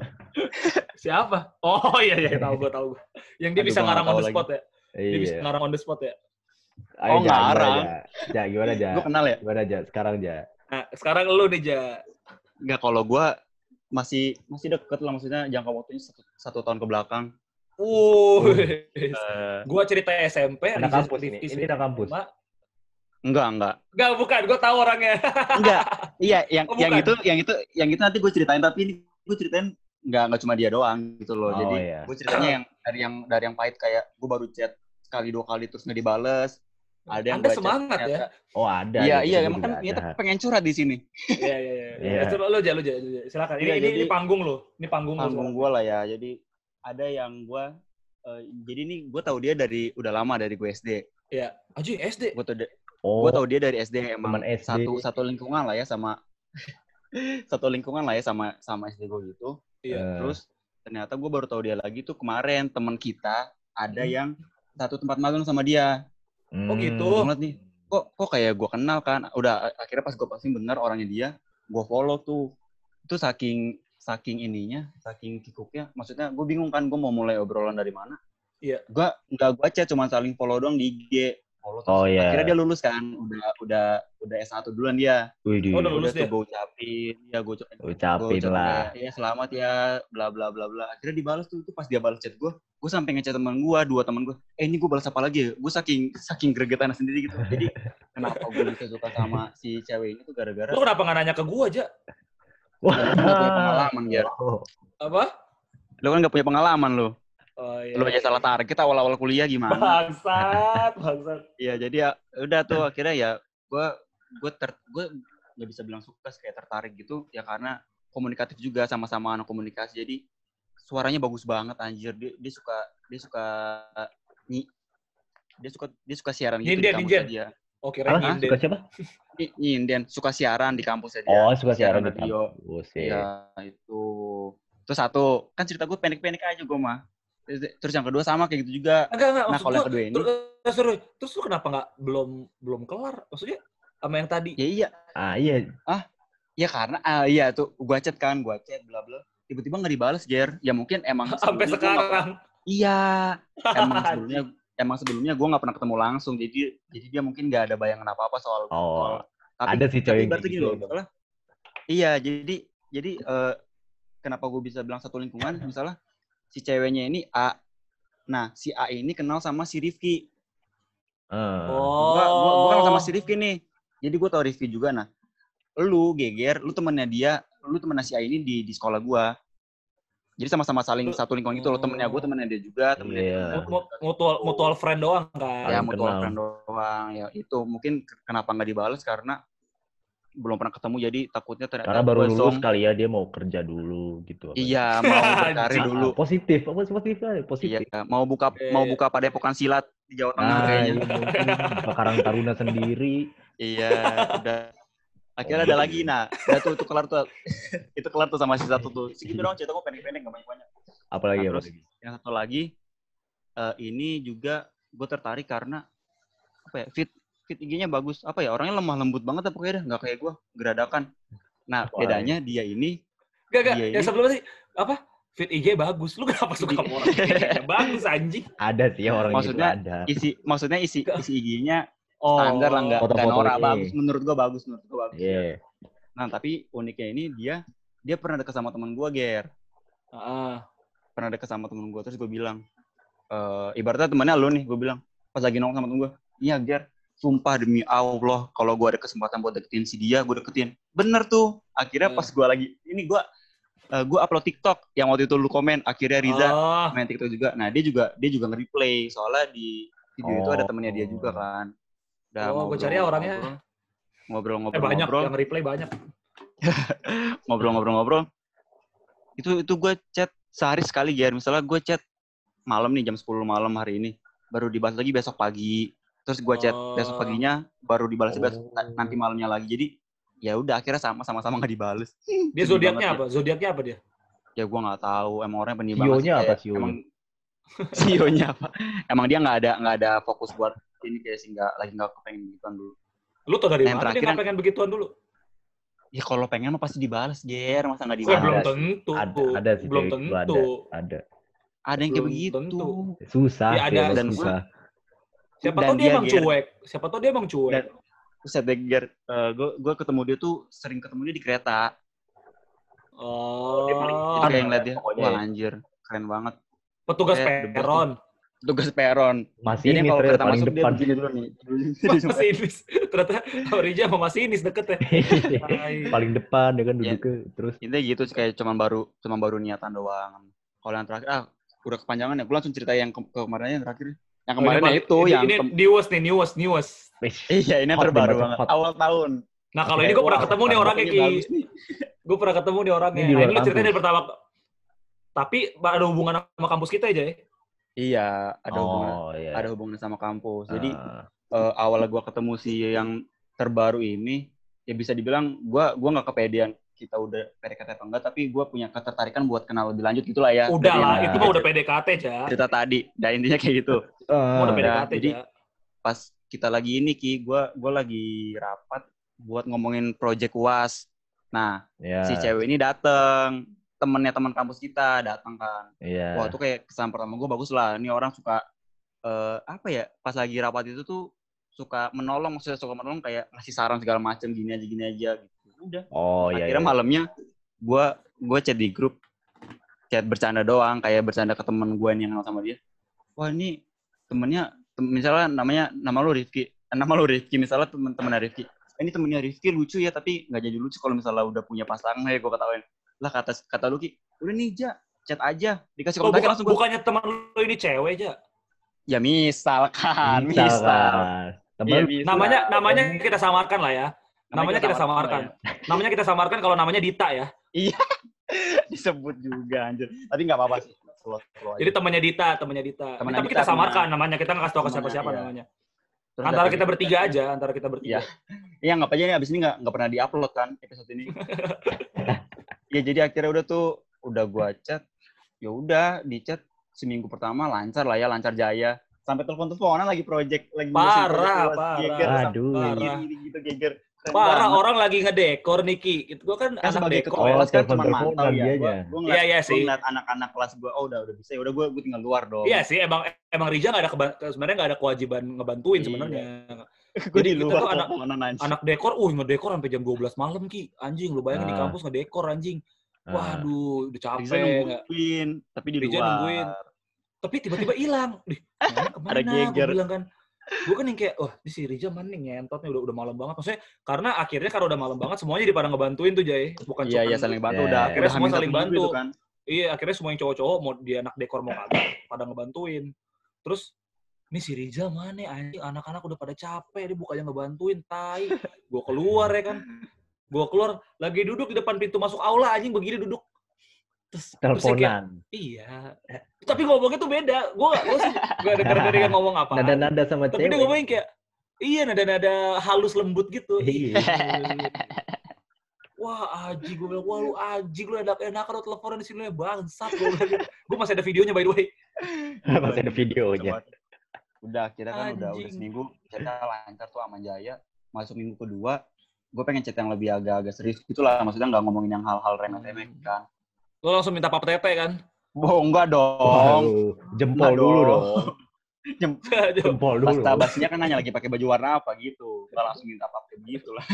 Siapa? Oh iya iya tahu gue tahu gue. Yang dia Aduh, bisa gua ngarang nggak on tahu the spot ya. Dia bisa Iya. ngarang on the spot ya. Ayo, Oh, Ja, gimana, ngarang. Ja? Ja, gimana, Ja? Gue kenal ya. Gimana, Ja? Sekarang, Ja. Nah sekarang lu nih Ja. Enggak, kalau gue masih masih deket lah, maksudnya jangka waktunya satu, satu tahun ke belakang. Uh, Uh, gue cerita S M P. Anak Rizal kampus ini. Rifki Ini anak kampus. S M A. enggak enggak Enggak bukan, gue tahu orangnya. enggak. Iya, yang Oh, yang bukan. itu yang itu yang itu nanti gue ceritain, tapi ini gue ceritain nggak nggak cuma dia doang gitu loh. Oh, Jadi iya. gue ceritanya yang dari yang dari yang pahit, kayak gue baru chat sekali dua kali terus nggak dibales. Ada yang Anda gua chat semangat ya. ternyata- Oh, ada. Iya gitu. iya, Gua emang juga kan kita ada. pengen curhat di sini. Iya iya iya. Iya. Coba lu Ja, lu Ja, lu Ja. Silakan. Ini Iya, ini, jadi- ini panggung lo. Ini panggung lo. Panggung gue lah ya. Jadi ada yang gue eh, jadi nih gue tahu dia dari udah lama, dari gue S D. Iya. Aji S D. Gue tau dia, Oh, gue tahu dia dari S D, emang teman S D. satu satu lingkungan lah ya sama satu lingkungan lah ya sama sama S D gue gitu. Iya. Eh, Terus ternyata gue baru tahu dia lagi tuh kemarin, teman kita ada Hmm. yang satu tempat magang sama dia. Oh, hmm. gitu. Gue ngeliat nih, kok kok kayak gue kenal kan. Udah akhirnya pas gue pastiin bener orangnya dia, gue follow tuh. Itu saking saking ininya, saking kikuknya. Maksudnya gue bingung kan, gue mau mulai obrolan dari mana. Iya. Gue nggak gue chat, cuma saling follow doang di I G. Follow terus. Oh, iya. Akhirnya dia lulus kan, udah udah udah S satu duluan dia. Widih. Oh, udah lulus Udah tuh dia? gue ucapin, ya gue ucapin. Ucapin Gua lah. kayak, ya selamat ya, bla bla bla bla. Akhirnya dibalas tuh, tuh pas dia balas chat gue, gue sampai ngechat teman gue, dua teman gue. Eh ini gue balas apa lagi ya? Gue saking saking gregetan sendiri gitu. Jadi kenapa gue bisa suka sama si cewek ini tuh gara-gara Lu kenapa nggak nanya ke gua aja? lu nggak punya pengalaman ya. Oh. Apa? Lu kan nggak punya pengalaman lu. Oh iya. Lu aja salah tarik. Kita awal-awal kuliah gimana? Bangsat, bangsat. Iya jadi ya udah tuh akhirnya ya gue gue ter gue nggak bisa bilang suka, kayak tertarik gitu ya, karena komunikatif juga, sama-sama anak komunikasi. Jadi suaranya bagus banget anjir. Dia, dia suka dia suka nyi, dia suka dia suka siaran gitu Nyinden, di kampusnya nyinden. dia. Oh kirain Hah? nyinden. Suka siapa? Ny- Nyinden, suka siaran di kampusnya dia. Oh, suka siaran di radio. kampus. Iya itu. Terus satu kan cerita gue pendek-pendek aja gue mah. Terus yang kedua sama kayak gitu juga. Enggak enggak. Nah Maksud kalau gua, yang kedua ini, terus, terus, terus lu kenapa nggak belum belum kelar? Maksudnya sama yang tadi? ya iya. Ah, iya. Ya karena ah iya tuh gua chat kan, gua chat bla bla. tiba-tiba nggak dibales, Ger. Ya mungkin emang Sampai sebelumnya gua nggak sekarang. pernah- Iya, emang sebelumnya emang sebelumnya gue nggak pernah ketemu langsung, jadi jadi dia mungkin nggak ada bayangan apa apa soal Oh, soal tapi ada sih cewek tapi yang ibaratnya kayak gini gitu. loh, misalnya iya jadi jadi eh, kenapa gue bisa bilang satu lingkungan, misalnya si ceweknya ini A, nah si A ini kenal sama si Rifki, Ah. gua gua gua kenal sama si Oh. Rifki nih, jadi gue tau Rifki juga. Nah lu Geger, lu temennya dia, lu temennya si A ini di di sekolah gua. Jadi sama-sama saling satu lingkungan gitu loh, temennya gue, temennya dia juga, temennya dia. Iya. temennya Mu- mu- mutual mutual friend doang kan. Ya Saling mutual kenal. friend doang. Ya itu mungkin kenapa nggak dibales karena belum pernah ketemu, jadi takutnya ternyata Karena baru gua lulus zong. kali ya, dia mau kerja dulu gitu. apa Iya, mau berkarir Anjing. gitu. dulu. Ah, positif, apa positif aja, Iya, positif. mau buka Eh. mau buka padepokan silat di Jawa Tengah Nah, kayaknya. iya mungkin buka Karang Taruna sendiri. Iya, udah. Akhirnya ada lagi, nah, udah tuh itu kelar tuh, itu kelar tuh sama si satu tuh. Segitu dong, cerita gue pendek-pendek nggak banyak-banyak. Apalagi Nah, apa terus lagi? yang satu lagi, eh, ini juga gue tertarik karena apa ya, fit fit I G-nya bagus. Apa ya, orangnya lemah lembut banget apa kayak dah, nggak kayak gue, geradakan. Nah, Wah, bedanya dia ini, Gak, gak. dia Yang ini sebelumnya sih, apa? Fit I G bagus. Lu kenapa suka sama orang fit I G-nya bagus, anjing? Ada sih orang Maksudnya, itu ada. isi maksudnya isi isi I G-nya Oh. standar lah, nggak nggak Foto-fotonya. norak, bagus menurut gue, bagus menurut gue bagus. Iya. Ya. Nah, tapi uniknya ini dia dia pernah deket sama teman gue, Ger. Ah. Pernah deket sama temen gue, terus gue bilang, e, ibaratnya temannya lu nih, gue bilang pas lagi nongkrong sama temen gue, iya Ger, sumpah demi Allah kalau gue ada kesempatan buat deketin si dia, gue deketin. Bener tuh. Akhirnya pas gue lagi ini gue uh, gue upload TikTok yang waktu itu lu komen, akhirnya Riza Oh. main TikTok juga. Nah dia juga dia juga nge-replay, soalnya di video Oh. itu ada temennya dia juga kan. Udah Oh, gue cari ya orangnya. Eh, ngobrol-ngobrol-ngobrol, banyak yang replay banyak. ngobrol-ngobrol-ngobrol. Itu itu gue chat sehari sekali, Ger. Misalnya gue chat malam nih, jam sepuluh malam hari ini, baru dibalas lagi besok pagi. Terus gue chat Oh. besok paginya, baru dibalas Oh. besok, nanti malamnya lagi. Jadi ya udah akhirnya sama sama-sama nggak dibales. Dia Sedih zodiaknya banget apa? Zodiaknya apa dia? Ya, ya gue nggak tahu. Emang orangnya pendiam banget sih. Sionya apa Kayak, sionya? emang C E O-nya apa? Emang dia nggak ada nggak ada fokus buat ini, kayak sih nggak lagi nggak kepengen begituan dulu. Lu tau dari Nah, yang mana dia terakhir nggak pengen begituan dulu? Ya kalau pengen mah pasti dibales, Ger. Masa nggak Gue dibales? belum Ada sih. tentu. Ada, ada sih Belum cewek itu, tentu. ada, ada. Ada yang kayak Belum begitu. tentu. Susah, Ya, ada. sih, emang Dan gua- susah. Siapa Dan tahu dia dia, emang Ger. cuek. Siapa tahu dia emang cuek. Dan Buset deh, Ger. Uh, gue gue ketemu dia tuh sering ketemu dia di kereta. Oh. Itu kayak ngeliat dia, Pokoknya wah ya. anjir, keren banget. Petugas Kayak the best peron. Tugas peron. Masih Jadi ini kalau Tre, kereta paling masuk dia depan. begini dulu nih. Masinis. Ternyata Rija sama Masinis deket ya. paling depan ya kan Ya. duduknya terus. Intinya gitu sih, kayak cuman baru cuman baru niatan doang. Kalau yang terakhir, ah udah kepanjangan ya. Gue langsung cerita yang ke- kemarinnya yang terakhir. Yang Oh, kemarin ini, ya itu ini, yang ini ke- newest nih, newest, newest. Wih, iya ini yang hot terbaru nih, banget. hot. Awal tahun. Nah kalau Kayak, ini gue pernah wah, ketemu nih orangnya, pokoknya Ki. bagus nih. Gue pernah ketemu nih orangnya. Ini di Nah luar ini ceritanya kampus. dari pertama. Tapi ada hubungan sama kampus kita aja ya. Iya, ada hubungan oh iya. ada hubungan sama kampus. Jadi Ah, uh, awal gue ketemu si yang terbaru ini, ya bisa dibilang gue gua nggak kepedean kita udah P D K T apa enggak, tapi gue punya ketertarikan buat kenal lebih lanjut gitulah ya. Udah Dari lah, yang itu Nah. mah udah P D K T aja. cerita tadi. Dan intinya kayak gitu. ah, Udah P D K T Udah, jadi- aja. Pas kita lagi ini Ki, gue gue lagi rapat buat ngomongin project U A S. Nah, ya, si cewek ini dateng, temennya teman kampus kita datang kan. iya. Wah, itu kayak kesan pertama gue bagus lah. Ini orang suka eh, apa ya? Pas lagi rapat itu tuh suka menolong, maksudnya suka menolong kayak ngasih saran segala macam, gini aja gini aja gitu. Udah. Oh iya. Akhirnya iya. malamnya gue gue chat di grup, chat bercanda doang, kayak bercanda ke temen gue yang kenal sama dia. Wah ini temennya, tem- misalnya namanya nama lu Rifki, eh, nama lu Rifki misalnya temen-temennya Rifki. Eh, ini temennya Rifki lucu ya, tapi nggak jadi lucu kalau misalnya udah punya pasangan ya, gue ketawain. Lah kata kata lu Ki, udah nih Ja, chat aja, dikasih Oh, kontaknya buka, langsung gue. bukannya teman lu ini cewek aja. Ya misalkan, Misal, misal. kan. Temen Iya, lu- misal. Namanya namanya kita samarkan lah ya. Namanya kita samarkan samarkan. Namanya kita samarkan kalau namanya Dita ya. Disebut juga anjir. Tapi nggak apa-apa sih. Slow, slow aja. Jadi temannya Dita, temannya Dita. Ini Temannya tapi Dita, kita samarkan temannya- namanya. Kita nggak kasih tahu ke temannya, siapa-siapa iya. namanya. Terus Antara dapet- kita bertiga aja, antara kita bertiga. Iya. Iya, nggak apa aja nih, abis ini nggak nggak pernah diupload kan episode ini. Ya jadi akhirnya udah tuh udah gua chat, ya udah di chat seminggu pertama lancar lah ya, lancar jaya. Sampai telepon-teleponan lagi project lagi ngurusin Parah, project luas, parah. geger, sampai Aduh. gini, gini, gitu geger. Parah, orang lagi ngedekor nih Ki. Itu gua kan, Kan anak sebagai dekor. ketua Oh, kelas kan cuma telepon-teleponan mantau ya. dianya. Gue gue ngeliat, Iya, iya gue sih. ngeliat anak-anak kelas gue, oh udah udah bisa, ya udah gue gue tinggal luar dong. Iya sih, emang emang Rija nggak ada keba- sebenarnya nggak ada kewajiban ngebantuin Iya. sebenarnya. Gue Jadi di kita luar tuh anak teleponan anjing. anak dekor, uh ngedekor sampai jam dua belas malam Ki. Anjing, lu bayangin di Ah. kampus ngedekor anjing. Ah. Waduh, udah Riza capek nggak? nungguin, tapi di Rija luar. nungguin. Tapi tiba-tiba hilang. Dih, mana kemana? Ada Gue geger. bilang kan. Gue kan yang kayak, wah ini si Rija mana nih ngentot nih, udah udah malam banget. Maksudnya karena akhirnya kalau udah malam banget semuanya jadi pada ngebantuin tuh Jay. Bukan Iya cuma iya saling bantu Iya. udah. Akhirnya udah semua hamin saling satu minggu bantu. itu kan. Iya, akhirnya semua yang cowok-cowok mau dia anak dekor mau kagak pada ngebantuin. Terus ini si Rizal mana anjing, anak-anak udah pada capek, dia bukannya ngebantuin, tai. Gue keluar ya kan. Gue keluar lagi duduk di depan pintu masuk aula anjing begini duduk. Terus terus saya kayak, Teleponan. iya. Tapi ngomongnya tuh beda. Gue gak, gue sih gak denger dia ngomong apa. Nada-nada sama Tapi dia cewek. ngomongin kayak, iya nada-nada halus lembut gitu. Iya. Wah Aji, gue bilang, wah lu Aji, lu enak-enak lu teleponan di sini bangsat. Gue bilang gitu. Gue masih ada videonya by the way. Masih ada videonya. Udah akhirnya kan udah udah Anjing. seminggu cerita lancar tuh sama Jaya. Masuk minggu kedua, gue pengen chat yang lebih agak-agak serius gitulah. Maksudnya nggak ngomongin yang hal-hal remeh-temeh kan. Lo langsung minta papa tete kan? Oh enggak dong. Waduh, jempol Enggak dulu dong. dong. Jem- Jempol dulu. Basta basinya kan nanya lagi pakai baju warna apa gitu. Enggak langsung minta apa begitu lah.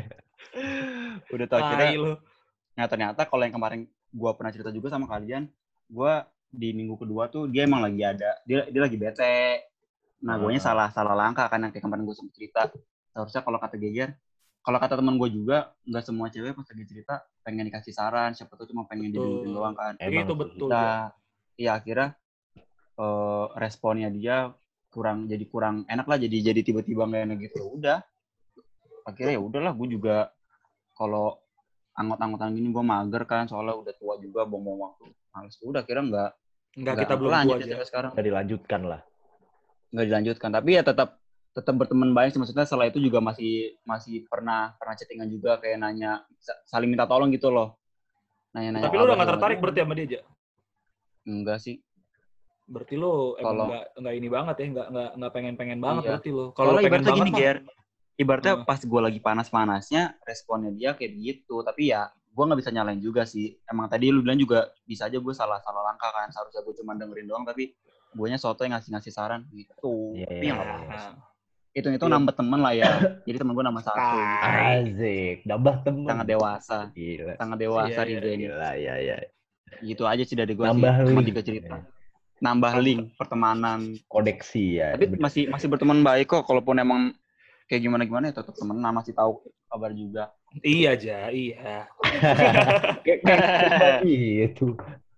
Udah tau Tai akhirnya. lu. Nah ternyata kalau yang kemarin gue pernah cerita juga sama kalian, gue di minggu kedua tuh dia emang lagi ada, dia dia lagi bete. Nah guanya Ah. salah salah langkah kan yang kayak kemarin gue sempat cerita. Seharusnya kalau kata Geger, kalau kata teman gue juga, nggak semua cewek pas lagi cerita pengen dikasih saran, siapa tuh cuma pengen didengerin doang kan. Emang Itu sih. betul. Nah, iya akhirnya eh, responnya dia kurang jadi kurang enak lah, jadi jadi tiba-tiba nggak enak gitu. Udah, akhirnya ya udahlah, gue juga kalau anggot-anggotan gini gue mager kan, soalnya udah tua juga, buang-buang waktu, males. Udah akhirnya nggak Enggak, kita belum lanjut tua ya aja. sampai sekarang, Nggak dilanjutkan lah. nggak dilanjutkan. Tapi ya tetap tetap berteman baik sih, maksudnya setelah itu juga masih masih pernah pernah chattingan juga, kayak nanya, saling minta tolong gitu loh. Nanya-nanya. Tapi lu udah kabar nggak tertarik segala berarti macam. sama dia aja? Enggak sih. Berarti lu emang Kalau- nggak nggak ini banget ya, nggak nggak nggak pengen-pengen banget Iya. berarti lu. Kalau lu Soalnya pengen ibaratnya banget gini, mah, Ger. Ibaratnya Hmm. pas gue lagi panas-panasnya, responnya dia kayak gitu. Tapi ya, gue nggak bisa nyalain juga sih. Emang tadi lu bilang juga, bisa aja gue salah-salah langkah kan. Seharusnya gue cuma dengerin doang, tapi guanya soto yang ngasih-ngasih saran gitu. Iya, Tapi iya, ya nggak iya. apa-apa. Nah, Hitung-hitung Iya. nambah temen lah ya. Jadi temen gue nambah satu. Tai. Asik, nambah temen. Sangat dewasa. Gila. Sangat dewasa Iya, iya, Riza ini. Gila, ya, ya. Gitu aja sih dari gue sih. Nambah Cuma link. tiga cerita. Nambah link, pertemanan. Koneksi ya. Tapi masih masih berteman baik kok. Kalaupun emang kayak gimana-gimana ya tetap temenan, masih tahu kabar juga. iya aja, iya. Kayak kayak itu.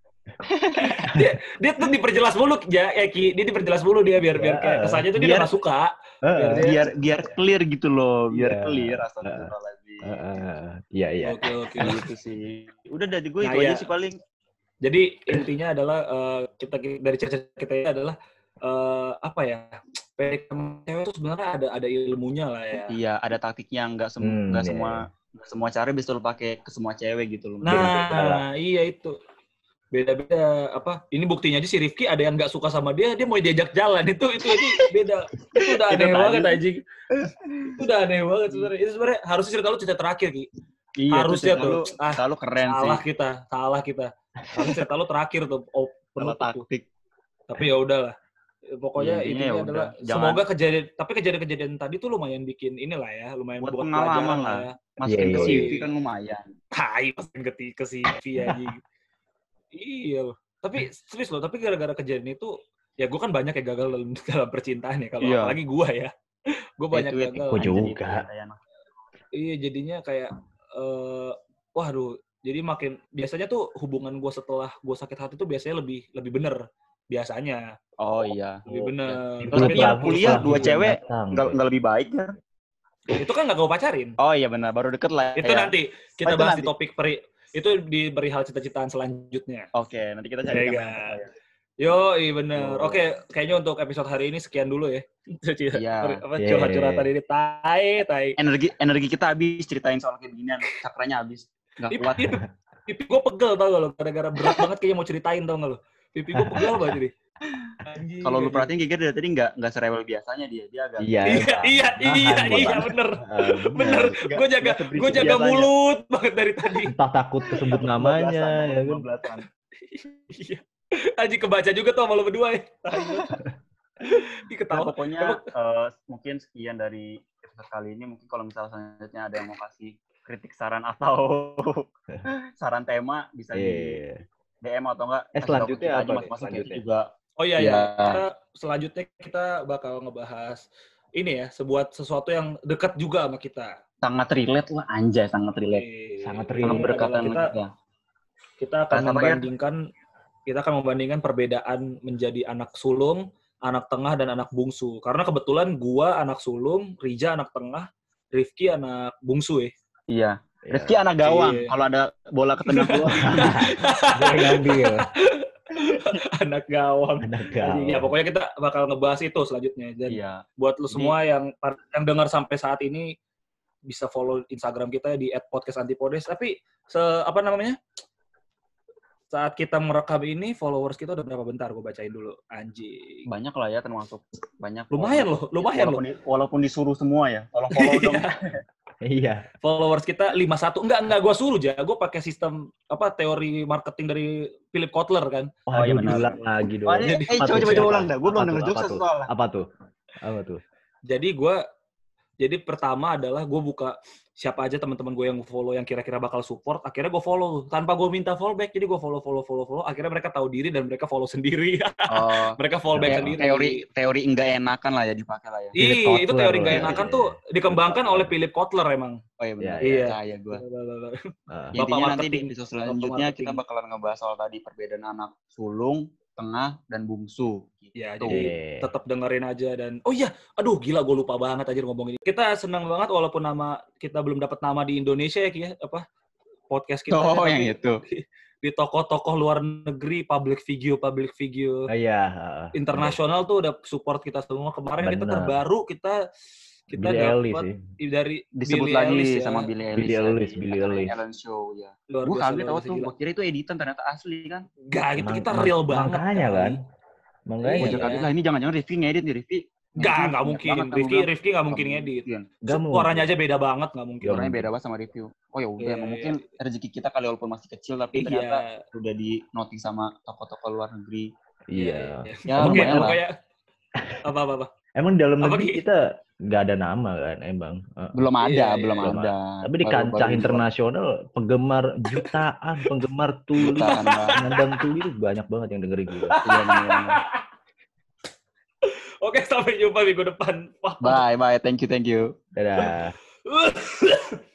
Dia tuh diperjelas mulu ya, ya Ki. Dia diperjelas mulu dia biar biar kayak Ya. kesannya tuh dia Biar- udah nggak suka. Heeh. Dia- Biar biar clear gitu loh, biar Iya. clear astagfirullahaladzim. Heeh. Iya, iya. Oke oke. Gitu sih. Udah dari gue Nah, itu iya. aja sih paling. Jadi intinya adalah eh, kita dari cerita kita ini adalah eh, apa ya? P D K T sama cewek itu sebenarnya ada ada ilmunya lah ya. Iya, ada taktiknya, nggak sem- Hmm, nggak iya, semua nggak semua cara bisa lo pakai ke semua cewek gitu loh. Beda-beda lah. Nah, iya itu. Beda-beda apa? Ini buktinya aja si Rifki ada yang nggak suka sama dia, dia mau diajak jalan. Itu itu aja beda. Itu udah Itu aneh tadi. banget anjing. Itu udah aneh banget sebenarnya. Itu sebenarnya harusnya cerita lu cerita terakhir, Ki. Iya, Harusnya cerita tuh. lu, Ah, cerita lu keren sih. Salah kita, salah kita. Harusnya cerita lu terakhir tuh. Oh, Salah penutup tuh. taktik. Tapi ya udahlah. Pokoknya Iya, intinya intinya ya adalah udah. Jangan- semoga kejadian tapi kejadian-kejadian tadi tuh lumayan bikin inilah ya, lumayan Buat buat, pengalaman pelajaran lah. lah ya. Masukin Iya, ke iya, C V iya. kan lumayan. Tai masukin ke ke C V anjing. Iya loh. Tapi serius loh, tapi gara-gara kejadian itu ya gue kan banyak ya gagal dalam, dalam percintaan ya, kalau Iya. apalagi gue ya. Gue banyak Tweet, gagal. Gua anjing juga. itu, kayak anak. Iya, jadinya kayak eh waduh, jadi makin biasanya tuh hubungan gue setelah gue sakit hati tuh biasanya lebih lebih bener biasanya. Oh iya. Lebih bener. Itu Tapi tapi yang kuliah dua cewek datang, nggak Boy. nggak lebih baik kan? itu kan nggak gue pacarin. Oh iya benar, baru deket lah. Itu ya. nanti kita Oh, itu bahas nanti. di topik peri itu di perihal cita-citaan selanjutnya. Oke, nanti kita cari Iya, yang kan? mantap ya. Yo, iya bener. Oh. Oke, kayaknya untuk episode hari ini sekian dulu ya. Iya. Apa Iya. curhat-curhatan ini tai tai. Energi energi kita habis ceritain soal kayak beginian, cakranya habis. Nggak Pipi, kuat. pipi gue pegel tau gak lo, gara-gara berat banget kayaknya mau ceritain tau gak lo. Pipi gue pegel banget jadi. Anjing, Kalau lu anjing. perhatiin Giger dari tadi nggak nggak serewel biasanya dia. Dia agak Iya, Iya, emang. iya, Nahan iya, gua. iya, bener. Ah, Bener. Nggak- Gue jaga, nggak seberisik gue jaga biasanya. mulut banget dari tadi. Entah takut kesebut Takut namanya, kebablasan, ya kan. kebablasan. Iya. Anjing kebaca juga tuh sama lo berdua ya. Tai banget. Ih, Ya, ketawa. pokoknya Emang- eh, mungkin sekian dari episode kali ini. Mungkin kalau misalnya selanjutnya ada yang mau kasih kritik, saran atau saran tema bisa di Iya. D M atau enggak Eh, kasih tahu ke selanjutnya kita aja apa nih? masing-masing. Kita Selanjutnya. juga Oh iya, Iya. iya. Kita, selanjutnya kita bakal ngebahas ini ya, sebuah sesuatu yang dekat juga sama kita. sangat relate lah, anjay, sangat relate. Eh, Sangat ini Sangat relate. berdekatan adalah sama kita, kita. kita akan Bahas apa, Ger? membandingkan kita akan membandingkan perbedaan menjadi anak sulung, anak tengah dan anak bungsu. Karena kebetulan gua anak sulung, Rija anak tengah, Rifki anak bungsu ya. Iya. Iya. Rifki anak gawang. Iya. Kalau ada bola ke tengah gua. Gue ngambil. Anak gawang. Anak Anjing. Ya gawang. pokoknya kita bakal ngebahas itu selanjutnya. Dan Iya. buat lu Jadi- semua yang yang dengar sampai saat ini bisa follow Instagram kita di et podcast antipodes. Tapi se apa namanya? Saat kita merekam ini followers kita udah berapa? Bentar gue bacain dulu. Anjing. Banyak lah ya termasuk banyak. Lumayan loh, lumayan loh. walaupun, di- walaupun disuruh semua ya. Tolong follow dong. Iya. Followers kita lima puluh satu. Enggak, enggak gue suruh aja. Gue pakai sistem apa teori marketing dari Philip Kotler kan. Oh, iya Waduh, benar. diulang lagi dong. Oh, ini, Jadi- eh, Apa coba tuh? coba coba Apa? ulang dah. Gue belum Apa denger tuh? jokes Apa tuh? soalnya. Apa tuh? Apa tuh? Jadi gue jadi pertama adalah gue buka siapa aja teman-teman gue yang follow yang kira-kira bakal support, akhirnya gue follow tanpa gue minta follow back. Jadi gue follow follow follow follow, akhirnya mereka tahu diri dan mereka follow sendiri. Oh, Mereka follow back te- sendiri. teori teori enggak enakan lah ya dipakai lah ya. Philip Iya, itu Kotler teori loh gak ya. enakan Iya, tuh iya. dikembangkan Philip oleh Kotler. Philip Kotler emang. Oh iya benar. Iya, iya. Percaya gue. Ah. Bapak Intinya nanti di marketing. episode Bapak selanjutnya marketing. kita bakalan ngebahas soal tadi perbedaan anak sulung, tengah, dan bungsu. Ya, Tuh. jadi Iya. tetap dengerin aja dan oh iya, aduh gila gue lupa banget aja ngomongin ini. Kita senang banget walaupun nama kita belum dapat nama di Indonesia ya, Ki, ya apa podcast kita. Oh, ya, yang tapi itu. Di tokoh-tokoh luar negeri, public figure, public figure Oh iya. ah, internasional tuh udah support kita semua. Kemarin kita Benar. terbaru kita kita Billie Eilish dapat sih. dari Disebut Billie lagi Eilish ya. sama Billie Eilish. Billie ya, Eilish, di Billie acara Eilish. Ellen Show ya. Luar Gue biasa, kaget luar tau biasa, tuh, gila. gue kira itu editan ternyata asli kan. Gak, itu Mang- kita mang- real banget. Makanya kali. kan. Makanya. Iya. Gue juga kaget lah ini jangan-jangan Rifki ngedit nih Rifki. Gak, Ngedit, gak banyak mungkin. banget kan, Rifki, gua bilang. Rifki gak mungkin ngedit. Mungkin. Gak Suaranya aja beda banget, gak mungkin. Gak Suaranya mungkin. beda banget sama review. Oh ya udah, Iya, emang iya. mungkin rezeki kita kali walaupun masih kecil tapi ternyata Iya. udah di notice sama tokoh-tokoh luar negeri. Iya. Ya Oke, lumayan lah. kayak apa apa apa. Emang di dalam Apa, negeri Ki? kita nggak ada nama kan emang. Ah. Belum ada, Iya, iya, belum belum ada. Tapi di Baru- kancah baru internasional penggemar jutaan, penggemar tuli, Jutaan, Bang. nandang tuli itu banyak banget yang dengerin gue. Iya, bener-bener. Oke, sampai jumpa minggu depan. Wah. Bye, bye. Thank you, thank you. Dadah.